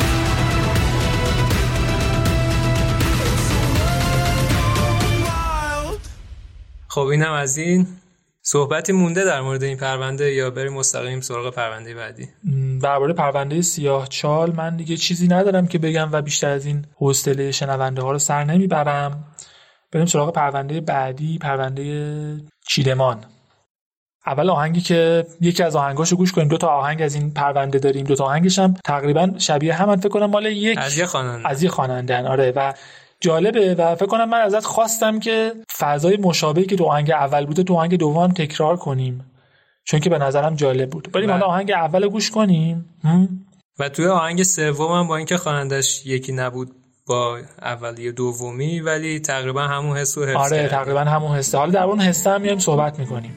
It's a world gone wild. خب اینم از این. صحبتی مونده در مورد این پرونده یا بریم مستقیم سراغ پرونده بعدی؟ درباره پرونده سیاه چال من دیگه چیزی ندارم که بگم و بیشتر از این حوصله شنونده ها رو سر نمیبرم. بریم سراغ پرونده بعدی، پرونده چیدمان. اول آهنگی که یکی از آهنگاشو گوش کنیم. 2 تا آهنگ از این پرونده داریم، 2 تا آهنگش هم تقریبا شبیه هم، فکر کنم مال از یه خواننده. آره و جالبه و فکر کنم من ازت خواستم که فضای مشابهی که تو آهنگ اول بوده تو آهنگ دوم تکرار کنیم، چون که به نظرم جالب بود. بریم حالا آهنگ اول گوش کنیم. و توی آهنگ سوم هم با اینکه خوانندش یکی نبود با اولی دومی، ولی تقریبا همون حس و حفظ آره کرد. تقریبا همون حسه. حالا در اون حسه هم میایم صحبت میکنیم.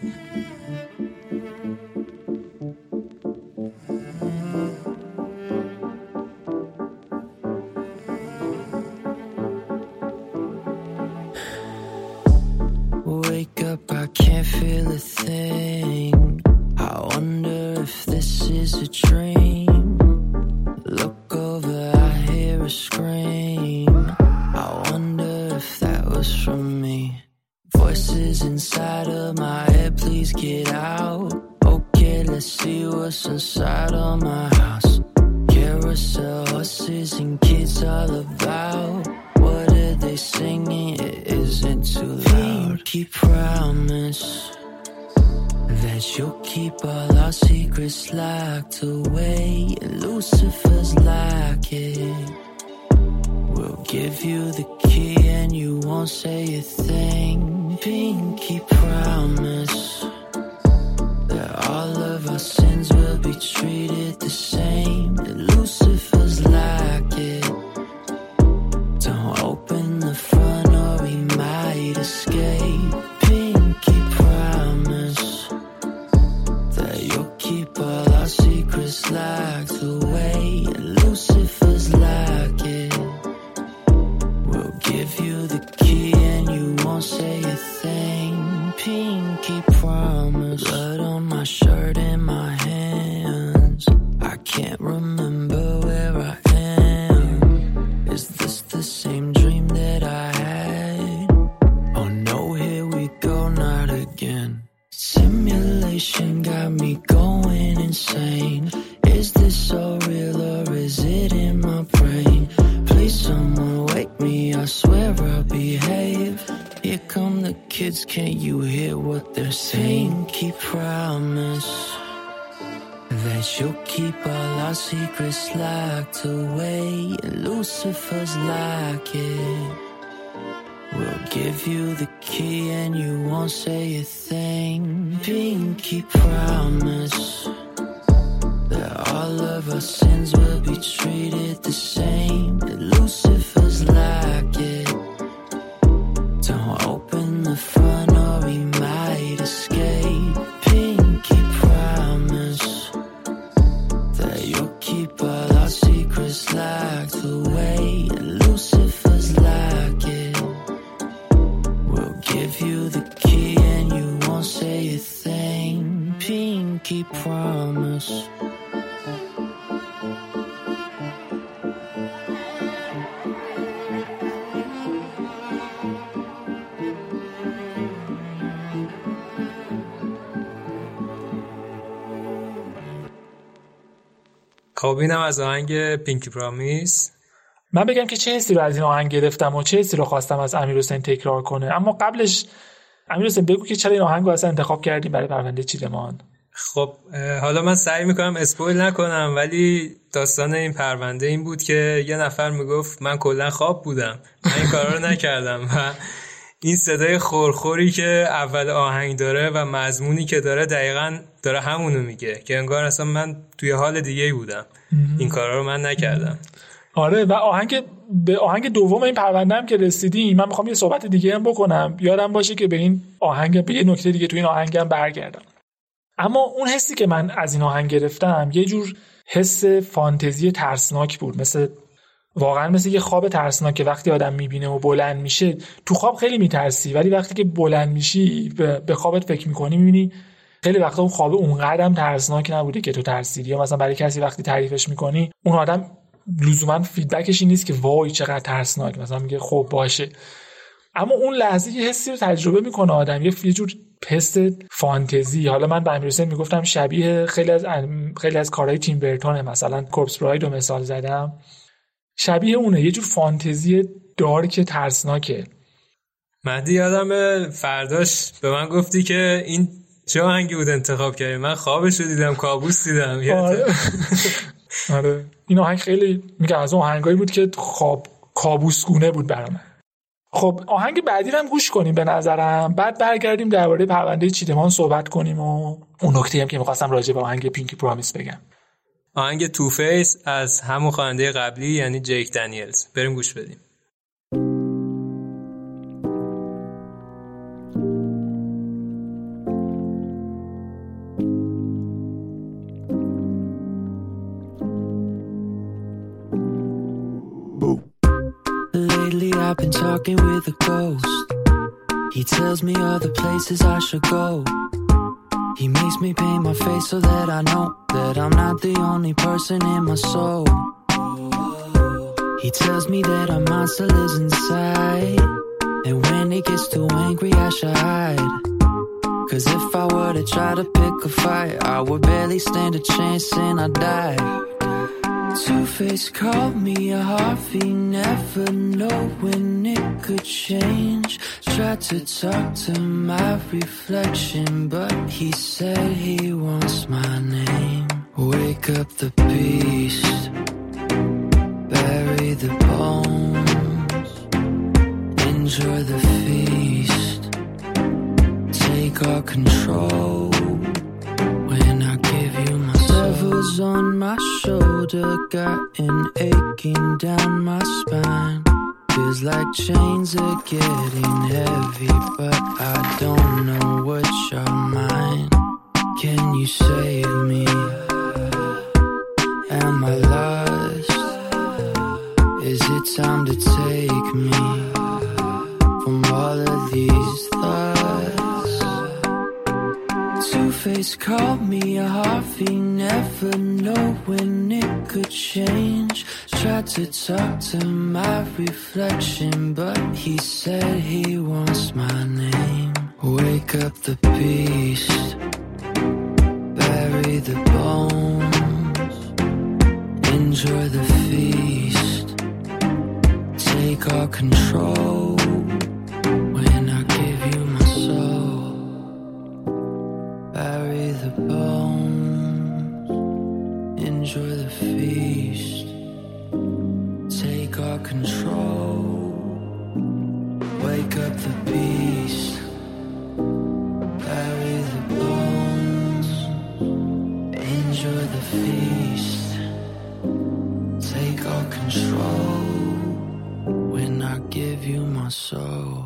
Wake up, I can't feel a thing. I wonder if this is a dream. Look over, I hear a scream. I wonder if that was from me. Voices inside of my head, please get out. Okay, let's see what's inside of my house. Carousel, horses and kids all about. What are they singing? It isn't too loud. Pinky promise that you'll keep all our secrets locked away. Lucifer's like it. We'll give you the key and you won't say a thing. Pinky promise that all of our sins will be treated the same. Lucifer's like it. Don't open the front or we might escape. Pinky promise that you'll keep all our secrets locked away. Lucifer's like it. We'll give you the key and you won't say a thing. Pinky promise. Blood on my shirt and my hands. I can't remember where I am. Is this the same dream that I had? Oh no, here we go, not again. Simulation got me going insane. Is this so real or is it in my brain? Please someone wake me, I swear I'll behave. Here come the kids, can't you hear what they're saying? Pinky promise that you'll keep all our secrets locked away. Lucifer's like it. We'll give you the key and you won't say a thing. Pinky promise that all of our sins will be treated the same. Lucifer's like it. Don't open the front or we might escape. Pinky promise that you'll keep all our secrets locked away. Lucifer's like it. We'll give you the key and you won't say a thing. Pinky promise. خب اینم از آهنگ پینکی پرامیس. من بگم که چه حسی رو از این آهنگ گرفتم و چه حسی رو خواستم از امیرحسین تکرار کنه، اما قبلش امیرحسین بگو که چرا این آهنگ رو اصلا انتخاب کردیم برای پرونده چیدمان. خب حالا من سعی میکنم اسپویل نکنم، ولی داستان این پرونده این بود که یه نفر میگفت من کلا خواب بودم، من این کارا رو نکردم و این صدای خورخوری که اول آهنگ داره و مضمونی که داره دقیقاً داره همونو میگه که انگار اصلا من توی حال دیگه‌ای بودم، این کارا رو من نکردم. آره و به آهنگ دوم این پرونده هم که رسیدیم، من میخوام یه صحبت دیگه هم بکنم، یادم باشه که به این آهنگ به یه نکته دیگه توی این آهنگم برگردم. اما اون حسی که من از این آهنگ گرفتم یه جور حس فانتزی ترسناک بود، واقعا مثل یه خواب ترسناک که وقتی آدم میبینه و بلند میشه، تو خواب خیلی میترسی ولی وقتی که بلند میشی به خوابت فکر میکنی میبینی خیلی وقتا اون خواب اونقدر هم ترسناک نبوده که تو ترسیدی، یا مثلا برای کسی وقتی تعریفش میکنی اون آدم لزوما فیدبکش این نیست که وای چقدر ترسناک، مثلا میگه خب باشه، اما اون لحظه یه حسی رو تجربه میکنه آدم، یه جور حس فانتزی. حالا من به امیرحسین میگفتم شبیه خیلی از کارهای تیم برتونه، مثلا کورپس براید رو مثال زدم، شبیه اونه، یه جور فانتزی دارک ترسناکه. مهدی یادم فرداش به من گفتی که این چه آهنگی بود انتخاب کردی؟ من خوابش رو دیدم، کابوس دیدم. آره این آهنگ خیلی میگم از اون آهنگایی بود که کابوسگونه بود برام. خب آهنگ بعدی رو هم گوش کنیم به نظرم، بعد برگردیم درباره پرونده چیدمان صحبت کنیم و اون نکته هم که می‌خواستم راجع به آهنگ پینکی پرامیس بگم. آهنگ تو فیس از همون خواننده قبلی یعنی جیک دنیلز، بریم گوش بدیم. Lately I've been talking with a ghost. He tells me all the places I should go. He makes me paint my face so that I know that I'm not the only person in my soul. He tells me that a monster lives inside, and when he gets too angry I should hide. Cause if I were to try to pick a fight, I would barely stand a chance and I'd die. Two-Face called me a Harvey, never know when it could change. Tried to talk to my reflection, but he said he wants my name. Wake up the beast, bury the bones, enjoy the feast, take all control. When I give you my devil's on my shoulder, got an aching down my spine. Feels like chains are getting heavy, but I don't know what's your mind. Can you save me? Am I lost? Is it time to take me from all of these thoughts? Two-Face called me a Harvey, never know when it could change. Tried to talk to my reflection, but he said he wants my name. Wake up the beast, bury the bones, enjoy the feast, take all control. When I give you my soul, bury the bones, enjoy the feast, take all control. Wake up the beast, bury the bones, enjoy the feast, take all control. When I give you my soul.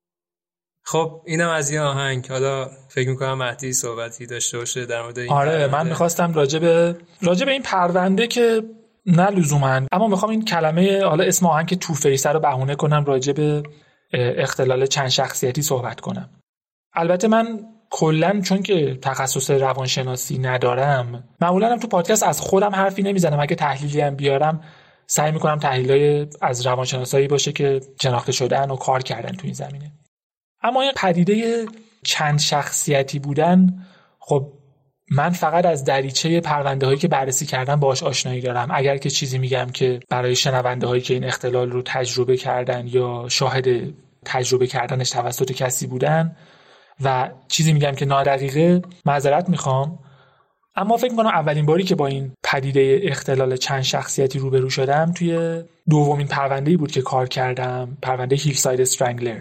خب اینم از این آهنگ. حالا فکر میکنم مهدی صحبتی داشته باشه در مورد این. آره من میخواستم راجع به این پرونده که نه لزوما، اما میخوام این کلمه، حالا اسم آهنگ که تو-فیس رو بهونه کنم، راجع به اختلال چند شخصیتی صحبت کنم. البته من کلا چون که تخصص روانشناسی ندارم، معمولا هم تو پادکست از خودم حرفی نمیزنم. اگه تحلیلی هم بیارم سعی میکنم تحلیلای از روانشناسایی باشه که شناخته شدن و کار کردن تو این زمینه. اما این پدیده چند شخصیتی بودن، خب من فقط از دریچه پرونده هایی که بررسی کردم باهاش آشنایی دارم. اگر که چیزی میگم که برای شنونده هایی که این اختلال رو تجربه کردن یا شاهد تجربه کردنش توسط کسی بودن و چیزی میگم که نادقیقه، معذرت میخوام. اما فکر میکنم اولین باری که با این پدیده اختلال چند شخصیتی روبرو شدم توی دومین پرونده‌ای بود که کار کردم، پرونده هیلساید استرنگلر.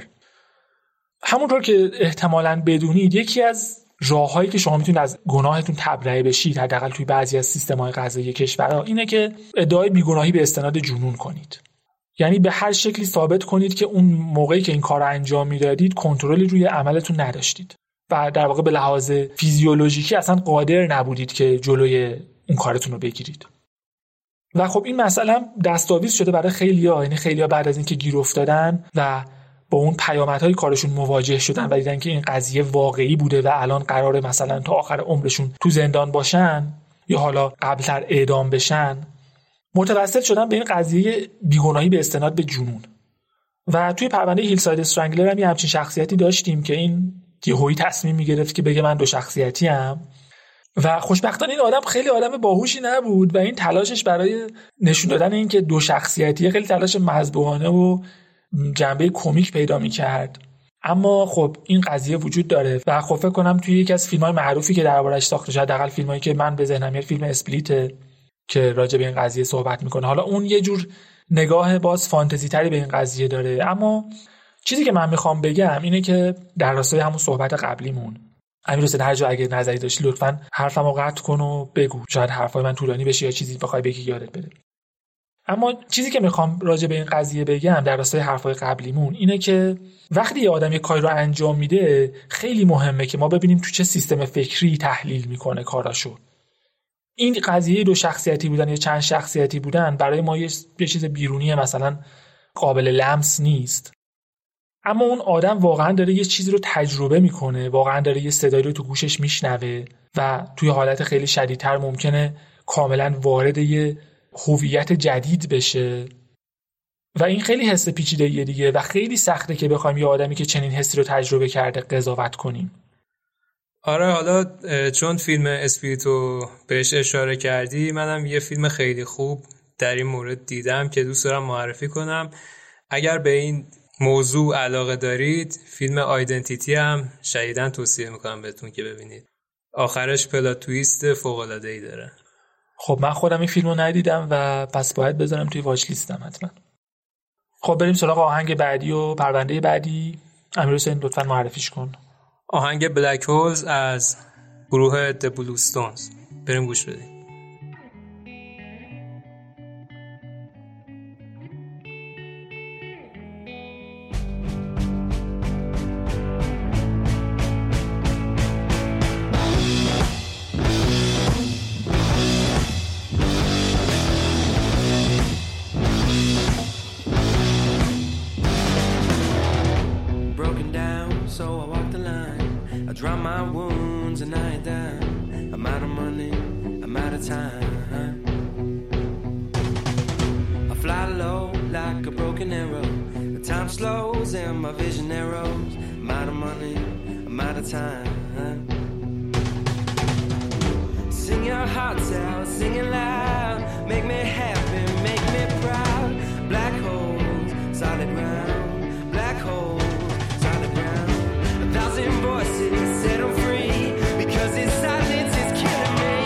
همونطور که احتمالاً بدونید، یکی از راههایی که شما میتونید از گناهتون تبرئه بشید، حداقل توی بعضی از سیستم‌های قضایی کشورها، اینه که ادعای بیگناهی به استناد جنون کنید. یعنی به هر شکلی ثابت کنید که اون موقعی که این کار رو انجام میدادید کنترلی روی عملتون نداشتید و در واقع به لحاظ فیزیولوژیکی اصلا قادر نبودید که جلوی اون کارتون رو بگیرید. و خب این مثلا دستاویز شده برای خیلی‌ها. یعنی خیلی‌ها بعد از اینکه گیر افتادن و با اون پیامدهای کارشون مواجه شدن و دیدن که این قضیه واقعی بوده و الان قراره مثلا تا آخر عمرشون تو زندان باشن یا حالا قبلتر اعدام بشن، متوسل شدن به این قضیه بیگناهی به استناد به جنون. و توی پرونده هیلساید استرنگلر هم یه همچین شخصیتی داشتیم که این یهویی تصمیم میگرفت که بگه من دو شخصیتی ام و خوشبختانه این آدم خیلی آدم باهوشی نبود و این تلاشش برای نشون دادن این که دو شخصیتیه خیلی تلاش مذبوحانه و جنبه کمیک پیدا می‌کرد. اما خب این قضیه وجود داره و خب فکر کنم توی یکی از فیلم‌های معروفی که دربارش ساخته شده، حداقل فیلمایی که من به ذهنم میاد، فیلم اسپلیت که راجع به این قضیه صحبت میکنه. حالا اون یه جور نگاه باز فانتزی تری به این قضیه داره، اما چیزی که من میخوام بگم اینه که در راستای همون صحبت قبلیمون، امیرحسین هر جا اگه نظری داشتی لطفاً حرفمو قطع کن و بگو، شاید حرفای من طولانی بشه یا چیزی بخوای بگی یادت بره. اما چیزی که میخوام راجع به این قضیه بگم در راستای حرفای قبلیمون اینه که وقتی یه آدم یه کاری رو انجام میده، خیلی مهمه که ما ببینیم تو چه سیستم فکری تحلیل میکنه کاراشو. این قضیه دو شخصیتی بودن یا چند شخصیتی بودن برای ما یه چیز بیرونی مثلا قابل لمس نیست. اما اون آدم واقعا داره یه چیزی رو تجربه میکنه، واقعا داره یه صدایی رو تو گوشش میشنوه و توی حالت خیلی شدیدتر ممکنه کاملا وارد یه هویت جدید بشه و این خیلی حس پیچیده‌ایه دیگه و خیلی سخته که بخوایم یه آدمی که چنین حسی رو تجربه کرده قضاوت کنیم. آره، حالا چون فیلم اسپریتو بهش اشاره کردی، منم یه فیلم خیلی خوب در این مورد دیدم که دوست دارم معرفی کنم. اگر به این موضوع علاقه دارید، فیلم آیدنتیتی هم شدیداً توصیه میکنم بهتون که ببینید. آخرش پلات تویست فوق‌العاده‌ای داره. خب من خودم این فیلمو ندیدم و پس باید بذارم توی واچ لیستم حتما. خب بریم سراغ آهنگ بعدی و پرونده بعدی. امیرحسین لطفاً معرفیش کن. آهنگ بلک هولز از گروه The Blue Stones. بریم گوش بدیم. Dry my wounds and I ain't down. I'm out of money, I'm out of time. I fly low like a broken arrow. The time slows and my vision narrows. I'm out of money, I'm out of time. Sing your hearts out, sing it loud. Make me happy, make me proud. Black holes, solid ground. Black holes, solid ground. 1,000 voices set them free, because this silence is killing me.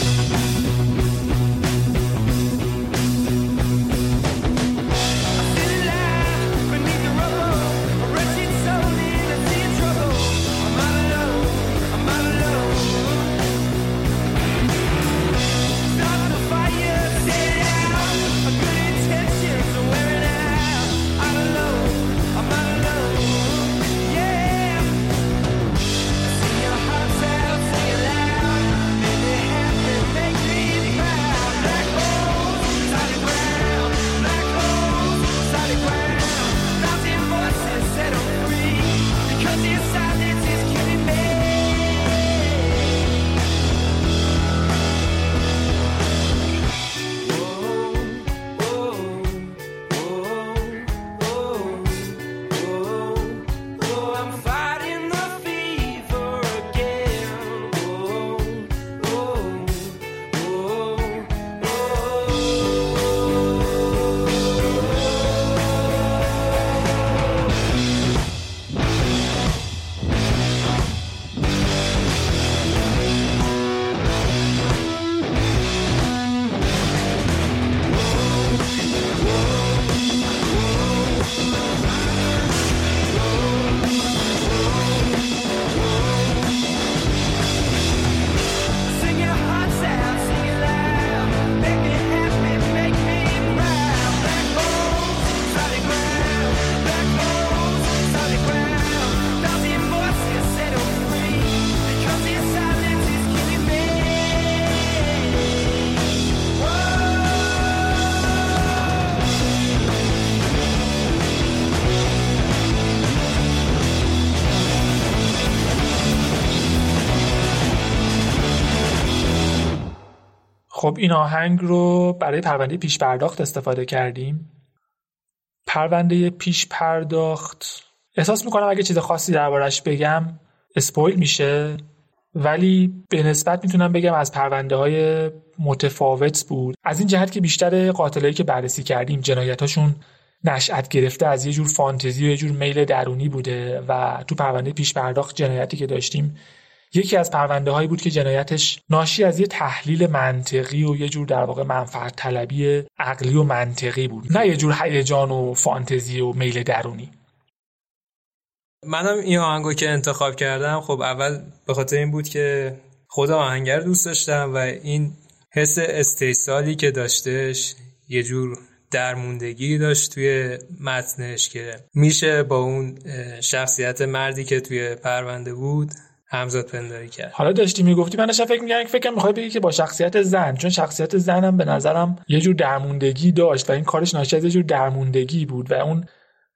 I feel alive beneath the rubble, a wretched soul in a sea of trouble. I'm all alone, I'm all alone. Start the fire, set it out. A good intentions are wearing out. All alone, I'm all alone. Yeah. Sing your hearts out, sing it loud. Make me happy, make me proud. Black holes, solid ground. Black holes, solid ground. 1,000 voices set them free, because this silence is killing me. I'm fighting the fever again. Sing your hearts out, sing it loud. Make me happy, make me proud. Black holes, solid ground. Black holes, solid ground. 1,000 voices set them free, because this silence is killing me. خب این آهنگ رو برای پرونده پیش پرداخت استفاده کردیم. پرونده پیش پرداخت احساس میکنم اگه چیز خاصی دربارش بگم اسپویل میشه، ولی به نسبت میتونم بگم از پرونده های متفاوت بود، از این جهت که بیشتر قاتلایی که بررسی کردیم جنایتاشون نشأت گرفته از یه جور فانتزی و یه جور میل درونی بوده و تو پرونده پیش پرداخت جنایتی که داشتیم یکی از پرونده هایی بود که جنایتش ناشی از یه تحلیل منطقی و یه جور در واقع منفعت طلبی عقلی و منطقی بود، نه یه جور هیجان و فانتزی و میل درونی. منم این آهنگو که انتخاب کردم، خب اول به خاطر این بود که خود آهنگر دوست داشتم و این حس استیصالی که داشتش یه جور درموندگی داشت توی متنش که میشه با اون شخصیت مردی که توی پرونده بود همزاد پنداری کرد. حالا داشتی میگفتی من داشتم فکرم میخوای بگی که با شخصیت زن، چون شخصیت زنم به نظرم یه جور درموندگی داشت و این کارش ناشی از یه جور درموندگی بود و اون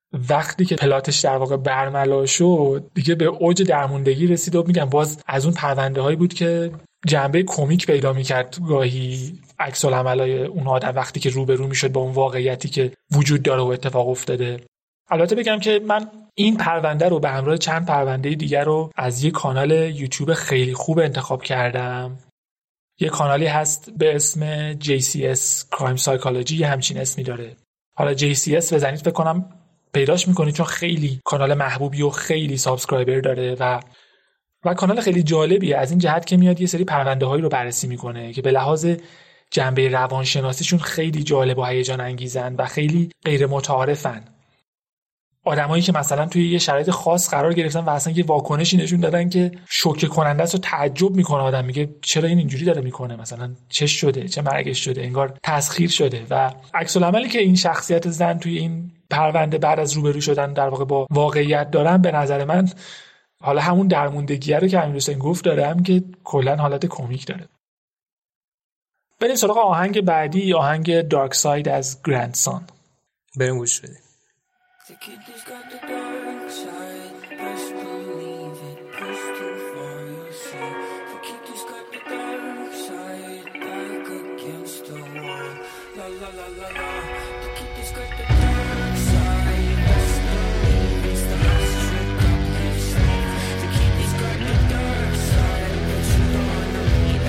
وقتی که پلاتش در واقع برملا شد دیگه به اوج درموندگی رسید و میگم باز از اون پرونده هایی بود که جنبه کمیک پیدا میکرد گاهی عکس العملای اون آدم وقتی که روبرو میشد با اون واقعیتی که وجود داره و اتفاق افتاده. البته بگم که من این پرونده رو به همراه چند پرونده دیگر رو از یک کانال یوتیوب خیلی خوب انتخاب کردم. یک کانالی هست به اسم JCS Crime Psychology، یه همچین اسمی داره. حالا JCS بزنید فکر کنم پیداش میکنید چون خیلی کانال محبوبی و خیلی سابسکرایبر داره و کانال خیلی جالبیه از این جهت که میاد یه سری پرونده هایی رو بررسی میکنه که به لحاظ جنبه روانشناسیشون خیلی جالب و هیجان انگیزن و خیلی غیر متعارفن. آدمایی که مثلا توی یه شرایط خاص قرار گرفتن و اصلا یه واکنشی نشون دادن که شوکه کننده است و تعجب میکنه آدم، میگه چرا این اینجوری داره میکنه، مثلا چه شده، چه مرگش شده، انگار تسخیر شده. و عکس العملی که این شخصیت زن توی این پرونده بعد از روبرو شدن در واقع با واقعیت دارن، به نظر من حالا همون درموندگیه رو که امیرحسین گفت داره، هم که کلا حالت کمیک داره. بریم سراغ آهنگ بعدی، آهنگ دارک ساید از گرندسان. بریم گوش بدیم. The kid who's got the dark side, best believe it, push too far, you'll see. The kid who's got the dark side, back against the wall. La la la la la. The kid who's got the dark side, best believe it's the last trick up his sleeve. The kid who's got the dark side, but you don't wanna meet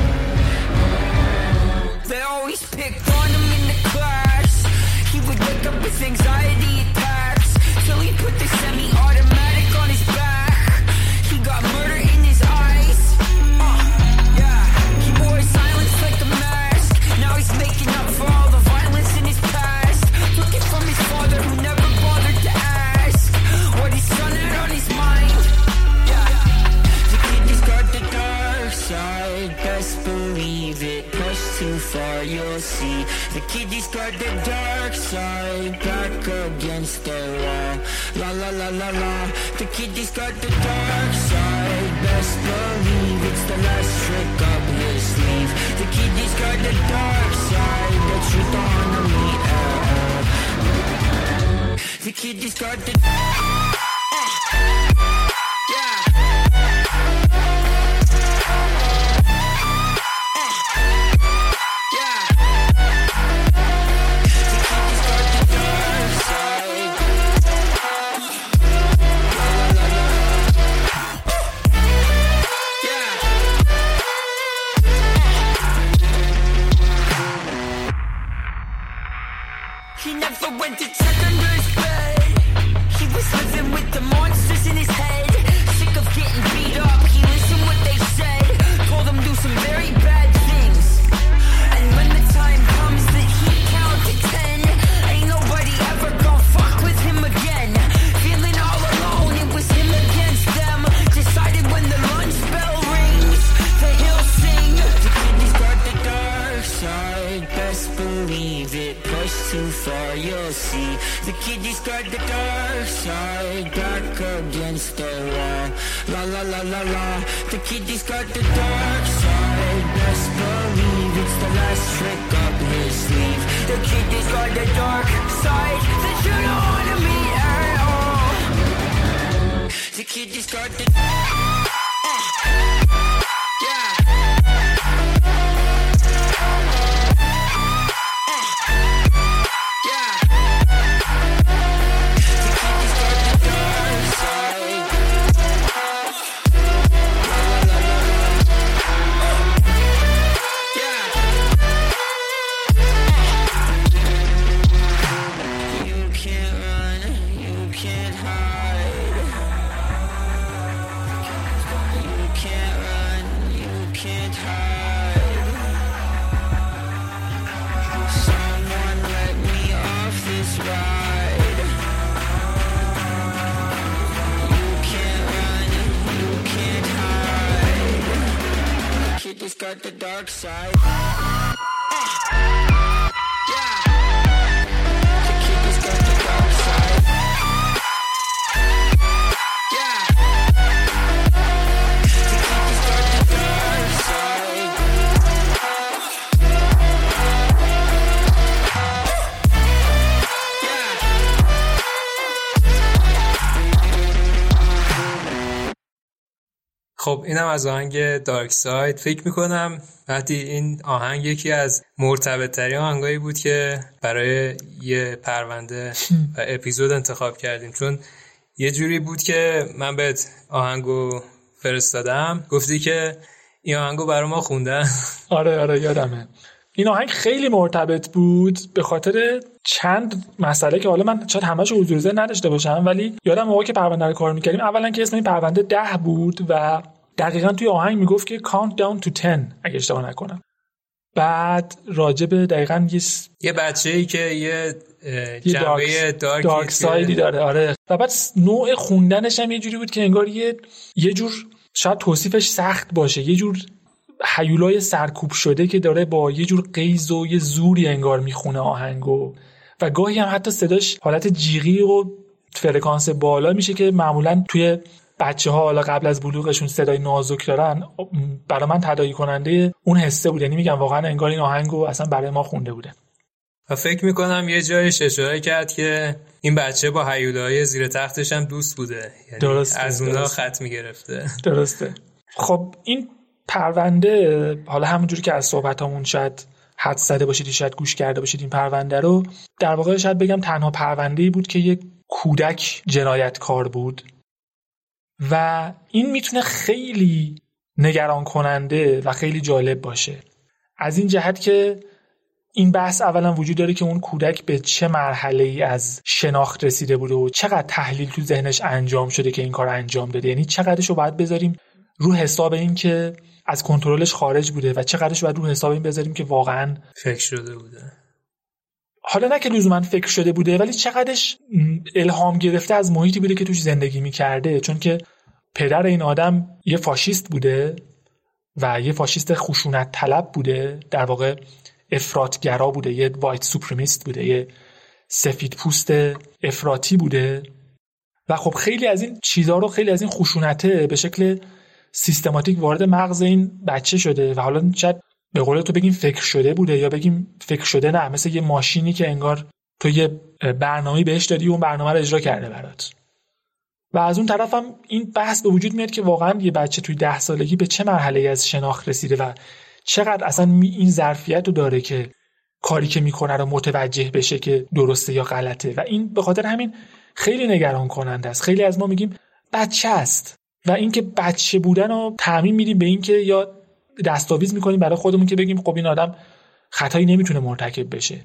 her. They always picked on him in the class. He would wake up with anxiety attacks till he put the semi-automatic on his back. He got murder in his eyes. Yeah, he wore silence like a mask. Now he's making up for all the violence in his past. Looking from his father who never bothered to ask what his son had on his mind. Yeah, the kid has got the dark side, best believe it. Push too far, you'll see. The kid has got the dark side, back against the wall. La la la la la. The kid has got the dark side, best believe it's the last trick up his sleeve. The kid has got the dark side that you don't wanna meet at all. The kid has got the yeah. He never went to check under his bed. He was living with the monsters in his head. Sick of getting beat up, he listened what they said. Told them do some very bad things. And when the time comes that he count to 10, ain't nobody ever gonna fuck with him again. Feeling all alone, it was him against them. Decided when the lunch bell rings that he'll sing. The kid has got the dark side, best believe it. Push too far, you'll see. The kid has got the dark side, back against the wall. La la la la la. The kid has got the dark side, best believe it's the last trick up his sleeve. The kid has got the dark side that you don't wanna meet at all. The kid has got the yeah. Got the dark side. Yeah. The kid has got the dark side. Yeah. The kid has got the dark side. Yeah. خب اینم از آهنگ دارک ساید. فکر میکنم وقتی این آهنگ یکی از مرتبط ترین آهنگایی بود که برای یه پرونده و اپیزود انتخاب کردیم، چون یه جوری بود که من بهت آهنگو فرستادم گفتی که این آهنگو برای ما خوندن. آره یادمه. این آهنگ خیلی مرتبط بود به خاطر چند مسئله که حالا من شاید همه‌شو حضور ذهن نداشته باشم، ولی یادم موقعی که پرونده رو کار می‌کردیم اولا که اسم این پرونده 10 بود و دقیقاً توی آهنگ میگفت که count down to 10 اگه اشتباه نکنم. بعد راجب دقیقاً یه بچه‌ای که یه جنبه دارک سایدی داره. آره. و بعد نوع خوندنش هم یه جوری بود که انگار یه جور شاید توصیفش سخت باشه، یه جور هیولای سرکوب شده که داره با یه جور غیظ و یه زوری انگار میخونه آهنگو و گاهی هم حتی صداش حالت جیغی و فرکانس بالا میشه که معمولا توی بچه‌ها حالا قبل از بلوغشون صدای نازک دارن. برای من تداعی کننده اون حسه بود، یعنی میگم واقعا انگار این آهنگو اصلا برای ما خونده بوده. و فکر میکنم یه جایش اشاره کرد که این بچه با هیولای زیر تختش هم دوست بوده، یعنی درسته، از اونها خط میگرفته. درسته. خب این پرونده حالا همونجوری که از صحبتامون شاید حد زده باشید، شاید گوش کرده باشید، این پرونده رو در واقع شاید بگم تنها پرونده‌ای بود که یک کودک جنایتکار بود و این میتونه خیلی نگران کننده و خیلی جالب باشه از این جهت که این بحث اولا وجود داره که اون کودک به چه مرحله‌ای از شناخت رسیده بوده و چقدر تحلیل تو ذهنش انجام شده که این کار انجام داده، یعنی چقدرشو باید بذاریم رو حساب این که از کنترلش خارج بوده و چقدرش باید رو حساب این بذاریم که واقعا فکر شده بوده. حالا نه که لزوما فکر شده بوده، ولی چقدرش الهام گرفته از محیطی بوده که توش زندگی می‌کرده، چون که پدر این آدم یه فاشیست بوده و یه فاشیست خشونت طلب بوده، در واقع افراطگرا بوده، یه وایت سوپرمیست بوده، یه سفید پوست افراطی بوده و خب خیلی از این چیزها رو، خیلی از این خشونته به شکل سیستماتیک وارد مغز این بچه شده و حالا شاید به قول تو بگیم فکر شده بوده یا بگیم فکر شده نه، مثل یه ماشینی که انگار تو یه برنامه‌ای بهش دادی و اون برنامه رو اجرا کرده برات. و از اون طرف هم این بحث به وجود میاد که واقعا یه بچه توی 10 سالگی به چه مرحله‌ای از شناخت رسیده و چقدر اصلا این ظرفیت رو داره که کاری که میکنه رو متوجه بشه که درسته یا غلطه و این به خاطر همین خیلی نگران کننده است. خیلی از ما میگیم بچه است و اینکه بچه بودن رو تعمیم میدیم به این که یا دستاویز میکنیم برای خودمون که بگیم خب این آدم خطایی نمیتونه مرتکب بشه.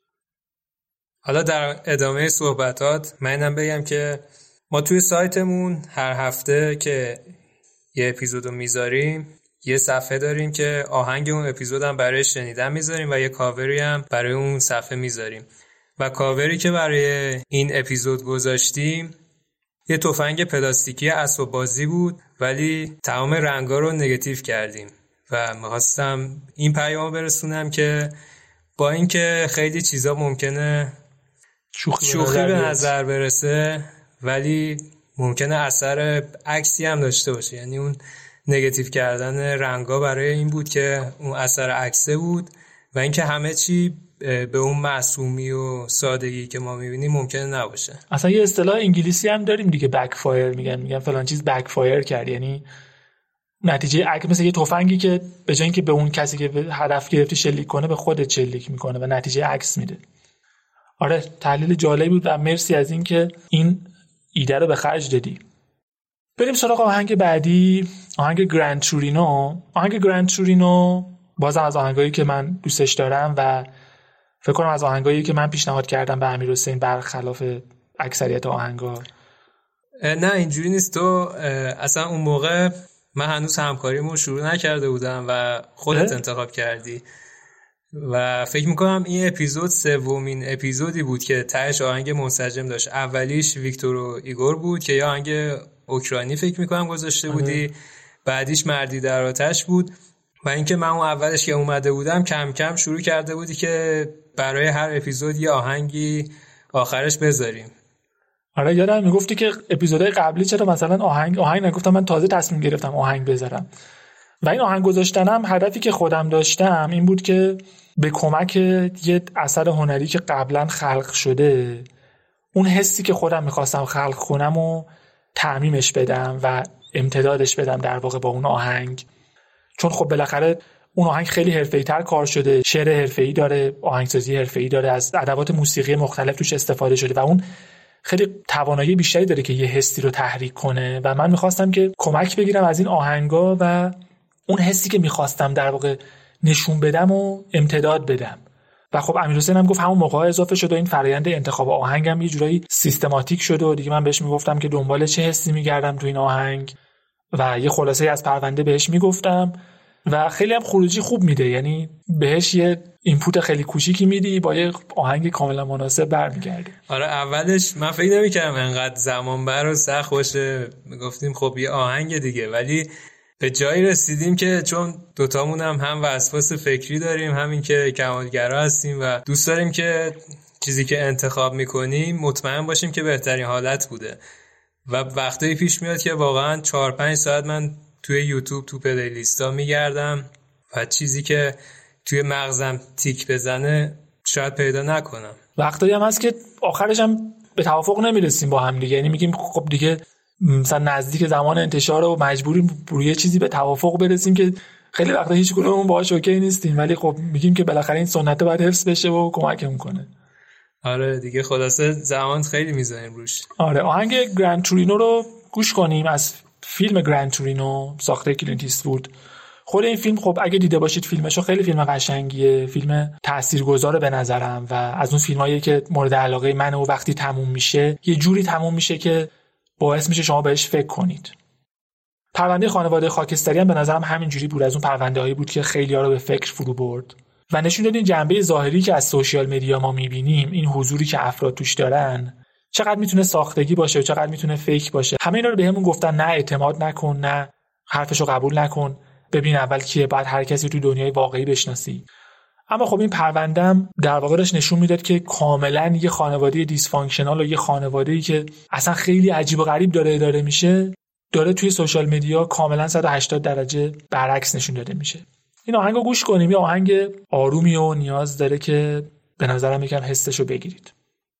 حالا در ادامه صحبتات منم بگم که ما توی سایتمون هر هفته که یه اپیزودو میذاریم یه صفحه داریم که آهنگ اون اپیزودم برای شنیدن میذاریم و یه کاوری هم برای اون صفحه میذاریم و کاوری که برای این اپیزود گذاشتیم یه تفنگ پلاستیکی اسباب بازی بود ولی تمام رنگا رو نگاتیو کردیم و می‌خواستم این پیامو برسونم که با اینکه خیلی چیزا ممکنه شوخی به نظر برسه ولی ممکنه اثر عکسی هم داشته باشه، یعنی اون نگاتیو کردن رنگا برای این بود که اون اثر عکسه بود و اینکه همه چی به اون معصومی و سادگی که ما می‌بینیم ممکنه نباشه. اصلا یه اصطلاح انگلیسی هم داریم دیگه، بک فایر، میگن فلان چیز بک فایر کرد، یعنی نتیجه عکس مثل یه تفنگی که به جای اینکه به اون کسی که به هدف گرفتی شلیک کنه به خودت شلیک میکنه و نتیجه عکس میده. آره تحلیل جالبی بود و مرسی از این که این ایده رو به خرج دادی. بریم سراغ آهنگ بعدی، آهنگ گرند تورینو. آهنگ گرند تورینو بازم از آهنگایی که من دوستش دارم و فکر کنم از آهنگایی که من پیشنهاد کردم به امیرحسین برخلاف اکثریت آهنگا. نه اینجوری نیست، تو اصلا اون موقع من هنوز همکاریمو شروع نکرده بودم و خودت انتخاب کردی و فکر میکنم این اپیزود سومین اپیزودی بود که تهش آهنگ منسجم داشت. اولیش ویکتور و ایگور بود که یا آهنگ اوکراینی فکر میکنم گذاشته بودی، بعدیش مردی در آتش بود و اینکه من اون اولش که اومده بودم کم کم شروع کرده بودی که برای هر اپیزود یه آهنگی آخرش بذاریم. آره یادم میگفتی که اپیزودهای قبلی چرا مثلا آهنگ نگفتم، من تازه تصمیم گرفتم آهنگ بذارم و این آهنگ گذاشتنم هدفی که خودم داشتم این بود که به کمک یه اثر هنری که قبلا خلق شده اون حسی که خودم میخواستم خلق کنم و تعمیمش بدم و امتدادش بدم در واقع با اون آهنگ. چون خب بالاخره اون آهنگ خیلی حرفه‌ای‌تر کار شده، شعر حرفه‌ای داره، آهنگسازی حرفه‌ای داره، از ادوات موسیقی مختلف توش استفاده شده و اون خیلی توانایی بیشتری داره که یه حسی رو تحریک کنه و من می‌خواستم که کمک بگیرم از این آهنگا و اون حسی که می‌خواستم در واقع نشون بدم و امتداد بدم. و خب امیرحسین هم گفت همون موقع اضافه شد و این فرآیند انتخاب آهنگم یه جورایی سیستماتیک شد و دیگه من بهش میگفتم که دنبال چه حسی میگردم تو این آهنگ و یه خلاصه از پرونده بهش میگفتم و خیلی هم خروجی خوب میده، یعنی بهش یه اینپوت خیلی کوچیکی میدی با یه آهنگ کاملا مناسب برمیگرده. آره اولش من فکر نمی‌کردم انقدر زمان بر و سخت باشه، میگفتیم خب یه آهنگ دیگه، ولی به جایی رسیدیم که چون دوتامون هم وسواس فکری داریم، همین که کمالگرا هستیم و دوست داریم که چیزی که انتخاب میکنیم مطمئن باشیم که بهترین حالت بوده و وقتایی پیش میاد که واقعا 4-5 ساعت من توی یوتیوب تو پلیلیستا میگردم و چیزی که توی مغزم تیک بزنه شاید پیدا نکنم. وقتایی هم هست که آخرش هم به توافق نمیرسیم با هم دیگه، یعنی میگیم خب دیگه مثلا نزدیک زمان انتشار و مجبوریم روی چیزی به توافق برسیم که خیلی وقتا هیچ کدوممون باهاش اوکی نیستیم، ولی خب میگیم که بالاخره این سنت باید حفظ بشه و کمکمون کنه. آره دیگه خلاصه زمان خیلی میذاریم روش. آره آهنگ گرند تورینو رو گوش کنیم از فیلم گرند تورینو ساخته کلینت ایستوود. خود این فیلم خب اگه دیده باشید فیلمشو خیلی فیلم قشنگیه، فیلم تاثیرگذاره به نظرم و از اون فیلمایی که مورد علاقه منه و وقتی تموم میشه یه جوری تموم میشه که باعث میشه شما بهش فکر کنید. پرونده خانواده خاکستری هم به نظرم همین جوری بود، از اون پرونده‌هایی بود که خیلی‌ها رو به فکر فرو برد و نشون داد این جنبه ظاهری که از سوشال مدیا ما می‌بینیم، این حضوری که افراد توش دارن، چقدر میتونه ساختگی باشه و چقدر میتونه فیک باشه. همه اینا رو بهمون گفتن نه اعتماد نکن، نه حرفشو قبول نکن، ببین اول کیه، بعد هر کسی تو دنیای واقعی بشناسی. اما خب این پرونده‌ام در واقع داشت نشون میداد که کاملا یه خانواده دیسفانکشنال و یه خانواده‌ای که اصلا خیلی عجیب و غریب داره اداره میشه، داره توی سوشال مدیا کاملا 180 درجه برعکس نشون داده میشه. این آهنگو گوش کنیم، یه آهنگ آرومی و نیاز داره که به نظرم یکم حسشو بگیرید.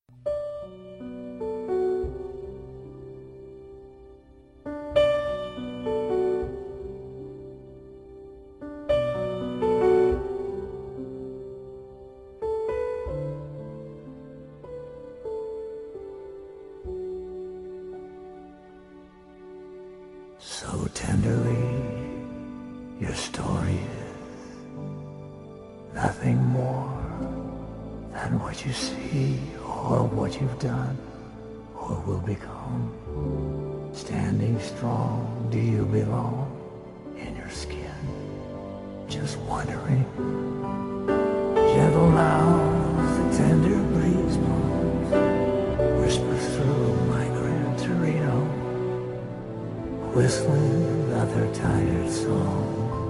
So tenderly, your story is nothing more than what you see or what you've done or will become. Standing strong, do you belong in your skin? Just wondering. Gentle now, the tender breeze moves, whispers through my Gran Torino, whistling another tired song.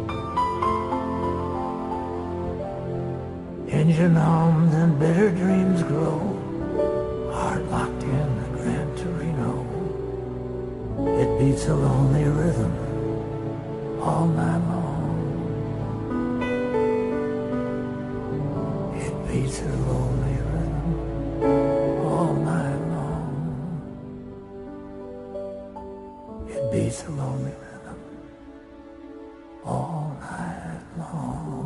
Engine hummed and bitter dreams grow, heart locked in the Gran Torino. It beats a lonely rhythm all night long. It beats a lonely rhythm all night long. It beats a lonely rhythm all night long.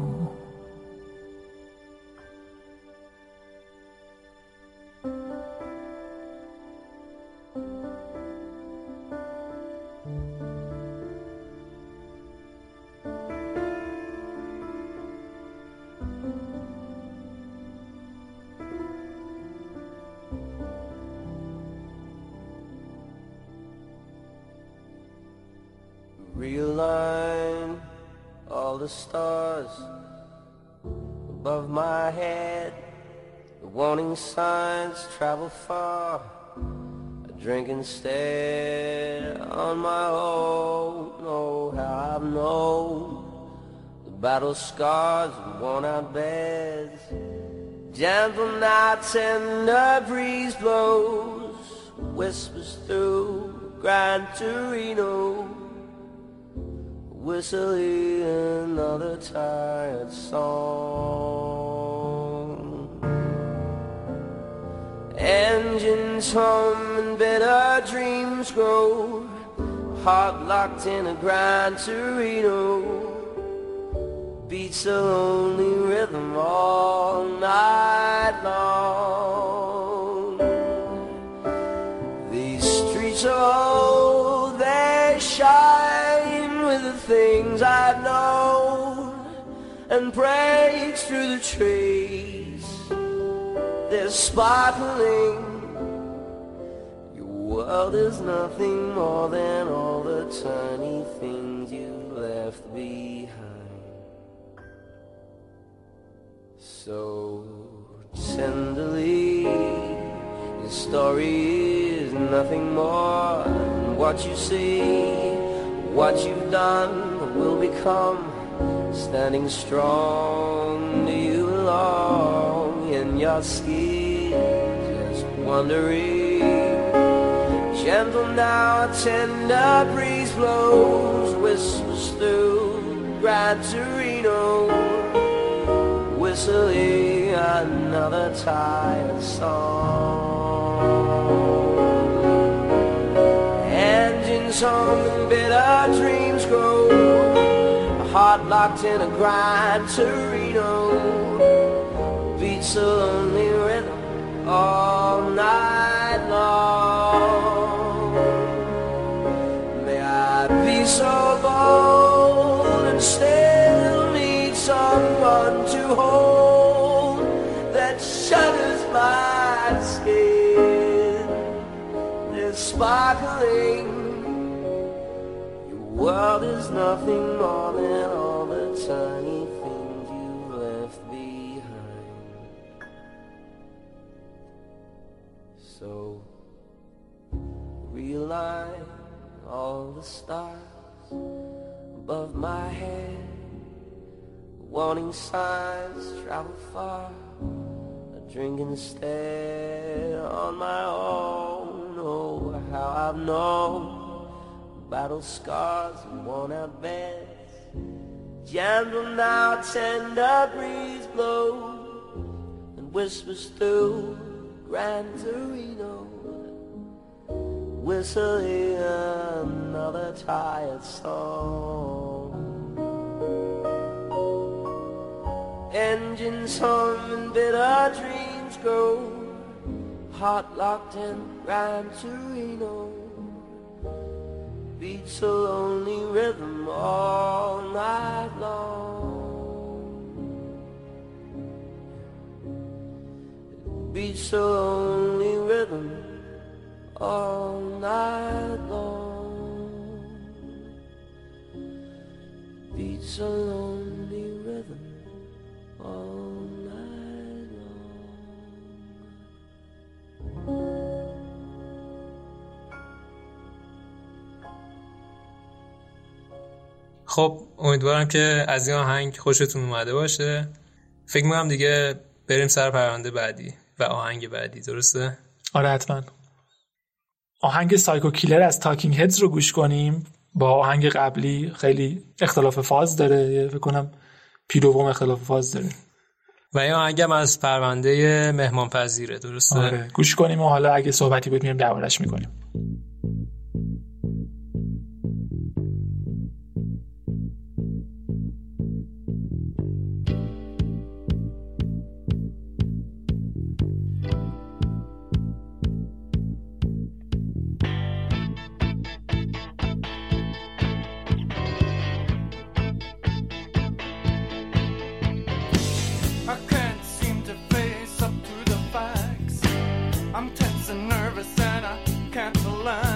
Realign all the stars above my head. The warning signs travel far. I drink instead on my own. Oh, how I've known the battle scars and worn out beds. Gentle nights and the breeze blows, whispers through Gran Torino, whistling another tired song. Engines hum and bitter dreams grow, heart locked in a Gran Torino, beats a lonely rhythm all night long. These streets are old, they shine with the things I've known, and breaks through the trees, they're sparkling. Your world is nothing more than all the tiny things you left behind. So tenderly, your story is nothing more than what you see, what you've done will become. Standing strong, do you belong in your skin? Just wondering. Gentle now, a tender breeze blows, whispers through Gran Torino, whistling another tired song. Engines hum and bitter dreams grow, heart locked in a Gran Torino, beats a lonely rhythm all night long. May I be so bold and still need someone to hold that shudders my skin. They're sparkling. World is nothing more than all the tiny things you left behind. So realign all the stars above my head. Warning signs travel far, a drinking stare on my own. Oh, how I've known battle scars and worn out beds. Gentle now, tender breeze blows and whispers through Gran Torino, whistling another tired song. Engines hum and bitter dreams grow, heart locked in Gran Torino, beats a lonely rhythm all night long. It beats a lonely rhythm all night long. Beats a lonely rhythm all night long. خب امیدوارم که از این آهنگ خوشتون اومده باشه. فکر می‌کنم دیگه بریم سر پرونده بعدی و آهنگ بعدی، درسته؟ آره حتما. آهنگ سایکو کیلر از تاکینگ هدز رو گوش کنیم. با آهنگ قبلی خیلی اختلاف فاز داره، فکر کنم پی دوم اختلاف فاز داره. و این آهنگ هم از پرونده مهمان پذیره، درسته؟ آره گوش کنیم و حالا اگه صحبتی بود میریم دربارش میکنیم. I'm tense and nervous and I can't align.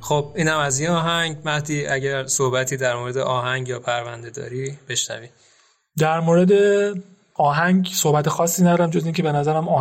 خب اینم از این آهنگ. مهدی اگر صحبتی در مورد آهنگ یا پرونده داری بشنوی. در مورد آهنگ صحبت خاصی ندارم جز اینکه به نظرم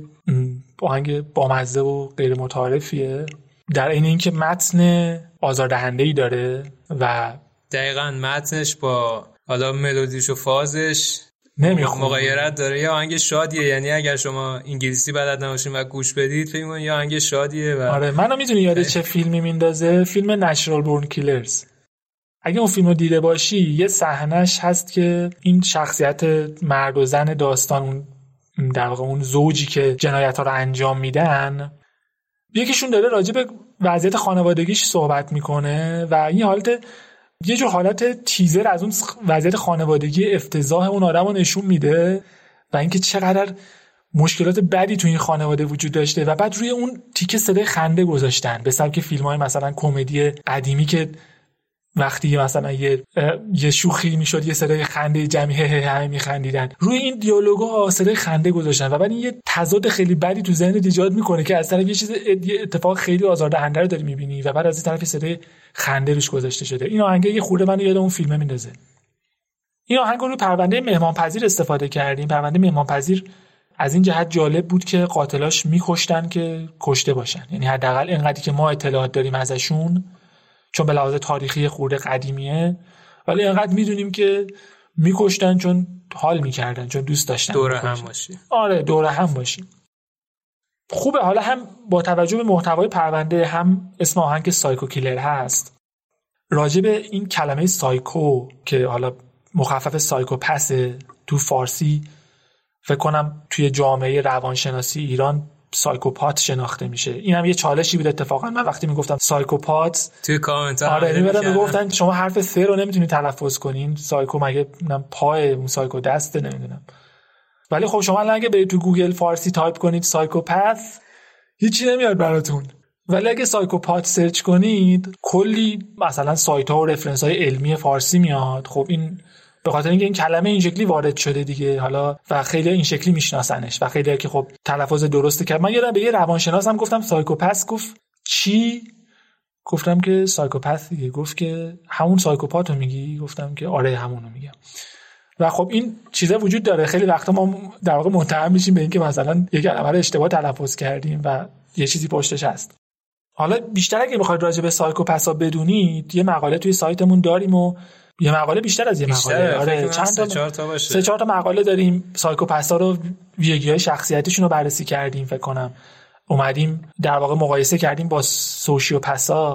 آهنگ بامزه و غیر متعارفیه، در این اینکه متن آزاردهنده‌ای داره و دقیقاً متنش با حالا ملودیش و فازش نمیخونه، مغایرت داره. یه آهنگ شادیه، یعنی اگر شما انگلیسی بلد نباشین و گوش بدید فکر می‌کنید یه آهنگ شادیه. و آره منو میدونی یاد چه فیلمی میندازه؟ فیلم نچرال بورن کیلرز. اگه اون فیلمو دیده باشی یه صحنهش هست که این شخصیت مرد و زن داستان، اون در واقع اون زوجی که جنایت‌ها رو انجام میدن، یکیشون داره راجع به وضعیت خانوادگیش صحبت میکنه و این حالت یه جور حالت تیزر از اون وضعیت خانوادگی افتضاح اون آدمو نشون میده و اینکه چقدر مشکلات بدی تو این خانواده وجود داشته و بعد روی اون تیکه صدای خنده گذاشتن به سبک فیلم‌های مثلا کمدی قدیمی که وقتی مثلا یه شوخی میشد یه صدای خنده جمعی همه میخندیدن، روی این دیالوگا صدای خنده گذاشتن و بعد این یه تضاد خیلی بدی تو ذهنت ایجاد میکنه که از طرف یه اتفاق خیلی آزاردهنده رو داری میبینی و بعد از این طرف صدای خنده روش گذاشته شده. این آهنگ یه خورده منو یاد اون فیلمه میندازه. این آهنگ رو پرونده مهمانپذیر استفاده کردیم. پرونده مهمانپذیر از این جهت جالب بود که قاتلاش میکشتن که کشته باشن، یعنی حداقل اینقدری که ما اطلاعات داریم ازشون، چون به لحاظ تاریخی خورده قدیمیه، ولی اینقدر میدونیم که میکشتن چون حال میکردن، چون دوست داشتن دوره هم باشی. آره دوره هم باشی. خوبه. حالا هم با توجه به محتوای پرونده هم اسم آهنگ سایکو کیلر هست. راجع به این کلمه سایکو که حالا مخفف سایکوپسه، تو فارسی فکر کنم توی جامعه روانشناسی ایران سایکوپات شناخته میشه. اینم یه چالشی بود اتفاقا. من وقتی میگفتم سایکوپات توی کامنت آره میگفتن شما حرف س رو نمیتونی تلفظ کنین، سایکو مگه پای اون سایکو دسته نمیدونم. ولی خب شما الان اگه برید تو گوگل فارسی تایپ کنید سایکوپث هیچی نمیاد براتون، ولی اگه سایکوپات سرچ کنید کلی مثلا سایت ها و رفرنس های علمی فارسی میاد. خب این به خاطر اینکه این کلمه این شکلی وارد شده دیگه حالا و خیلی این شکلی میشناسنش و خیلی که خب تلفظ درسته کرد. من یادم به یه روانشناسم گفتم سایکوپث، گفت چی؟ گفتم که سایکوپث دیگه. گفت که همون سایکوپاتو میگی؟ گفتم که آره همونو میگم. و خب این چیزا وجود داره. خیلی وقتا ما در واقع متهم میشیم به اینکه مثلا یک کلمه رو اشتباه تلفظ کردیم و یه چیزی پشتش هست. حالا بیشتر اگه بخواید راجع به سایکوپثا بدونید یه مقاله توی سایتمون داریم و یه مقاله بیشتر از یه مقاله، آره چند تا باشه، 3-4 تا مقاله داریم. سایکوپثا رو ویژگی‌های شخصیتیشون رو بررسی کردیم، فکر کنم اومدیم در واقع مقایسه کردیم با سوشیوپثا.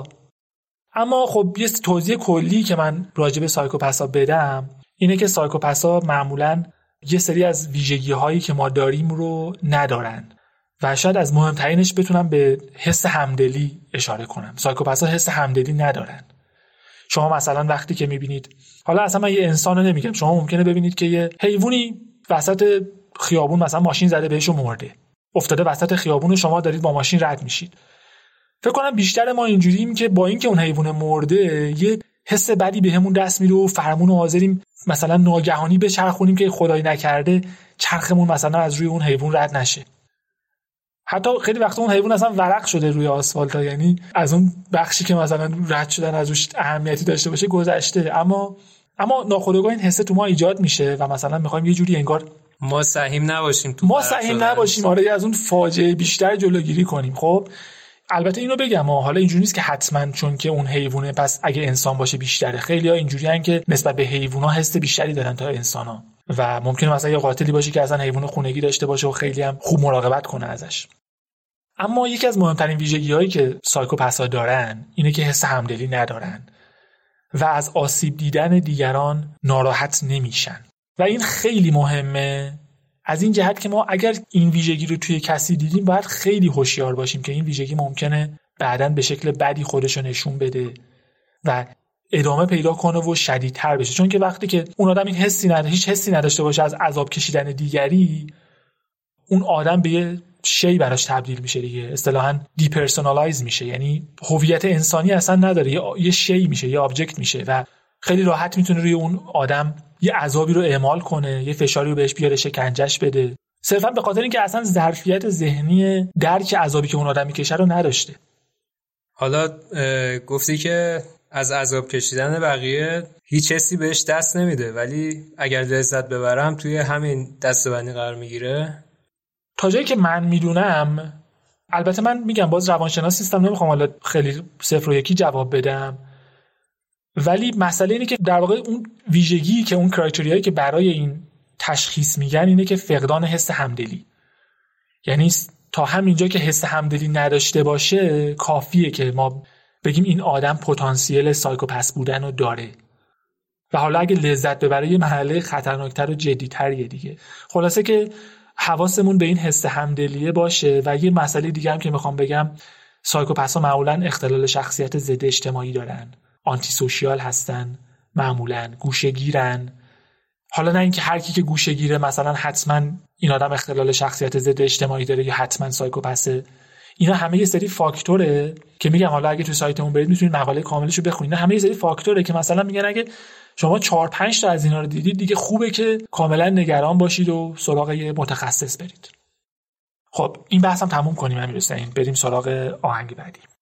اما خب یه توضیح کلی که من راجع به سایکوپثا بدم اینه که سایکوپثا معمولاً یه سری از ویژگی‌هایی که ما داریم رو ندارن و شاید از مهمترینش بتونم به حس همدلی اشاره کنم. سایکوپثا حس همدلی ندارن. شما مثلا وقتی که میبینید، حالا اصلا من یه انسانو نمیگم، شما ممکنه ببینید که یه حیوانی وسط خیابون مثلا ماشین زده بهش و مرده، افتاده وسط خیابون و شما دارید با ماشین رد میشید. فکر کنم بیشتر ما اینجوریم که با اینکه اون حیوان مرده یه حس بدی بهمون دست میره و فرمون رو حاضریم مثلا ناگهانی بچرخونیم که خدای نکرده چرخمون مثلا از روی اون حیوان رد نشه. حتی خیلی وقتا اون حیوان اصلا ورق شده روی آسفالت، یعنی از اون بخشی که مثلا رد شدن از روش اهمیتی داشته باشه گذشته، اما ناخودآگاه این حس تو ما ایجاد میشه و مثلا میخوایم یه جوری انگار ما سهیم نباشیم آره از اون فاجعه بیشتر جلوگیری کنیم. خب البته اینو بگم حالا اینجوری نیست که حتما چون که اون حیوانه پس اگه انسان باشه بیشتره. خیلی‌ها اینجوریان که نسبت به حیونا حس بیشتری دارن تا انسانا و ممکنه مثلا یه قاتلی باشه که اصلا حیوان خونگی داشته باشه و خیلی هم خوب مراقبت کنه ازش. اما یکی از مهمترین ویژگی‌هایی که سایکوپثا دارن اینه که حس همدلی ندارن و از آسیب دیدن دیگران ناراحت نمیشن و این خیلی مهمه از این جهت که ما اگر این ویژگی رو توی کسی دیدیم باید خیلی هوشیار باشیم که این ویژگی ممکنه بعداً به شکل بدی خودشو نشون بده و ادامه پیدا کنه و شدیدتر بشه. چون که وقتی که اون آدم این هیچ حسی نداشته باشه از عذاب کشیدن دیگری، اون آدم به یه شی براش تبدیل میشه دیگه، اصطلاحاً دیپرسونالایز میشه، یعنی هویت انسانی اصلا نداره، یه شی میشه، یه آبجکت میشه و خیلی راحت میتونه روی اون آدم یه عذابی رو اعمال کنه، یه فشاری رو بهش بیاره، شکنجهش بده، صرفاً به خاطر اینکه اصلا ظرفیت ذهنی درک عذابی که اون آدم میکشه رو نداشته. حالا گفتی که از عذاب کشیدن بقیه هیچ حسی بهش دست نمیده، ولی اگر لذت ببرم توی همین دسته‌بندی قرار میگیره. تا جایی که من میدونم، البته من میگم باز روانشناس نیستم، نمیخوام حالا خیلی 0 و 1 جواب بدم، ولی مسئله اینه که در واقع اون ویژگی که اون کرایتریایی که برای این تشخیص میگن اینه که فقدان حس همدلی، یعنی تا همینجا که حس همدلی نداشته باشه کافیه که ما بگیم این آدم پتانسیل سایکوپس بودن رو داره و حالا اگه لذت ببره یه مرحله خطرناکتر و جدی‌تریه دیگه. خلاصه که حواسمون به این حس همدلیه باشه. و یه مسئله دیگه هم که میخوام بگم، سایکوپس‌ها معمولاً اختلال شخصیت ضد اجتماعی دارن، آنتی سوشیال هستن، معمولاً گوشه‌گیرن. حالا نه اینکه هر کی که گوشه‌گیره مثلا حتما این آدم اختلال شخصیت ضد اجتماعی داره یا حتما سایکوپسه. اینا همه یه سری فاکتوره که میگم حالا اگه تو سایتمون برید میتونید مقاله کاملشو بخونید. همه یه سری فاکتوره که مثلا میگن اگه شما 4-5 تا از اینا رو دیدید دیگه خوبه که کاملا نگران باشید و سراغ یه متخصص برید. خب این بحثم تموم کنیم امیر حسین، بریم سراغ آهنگ بعدی.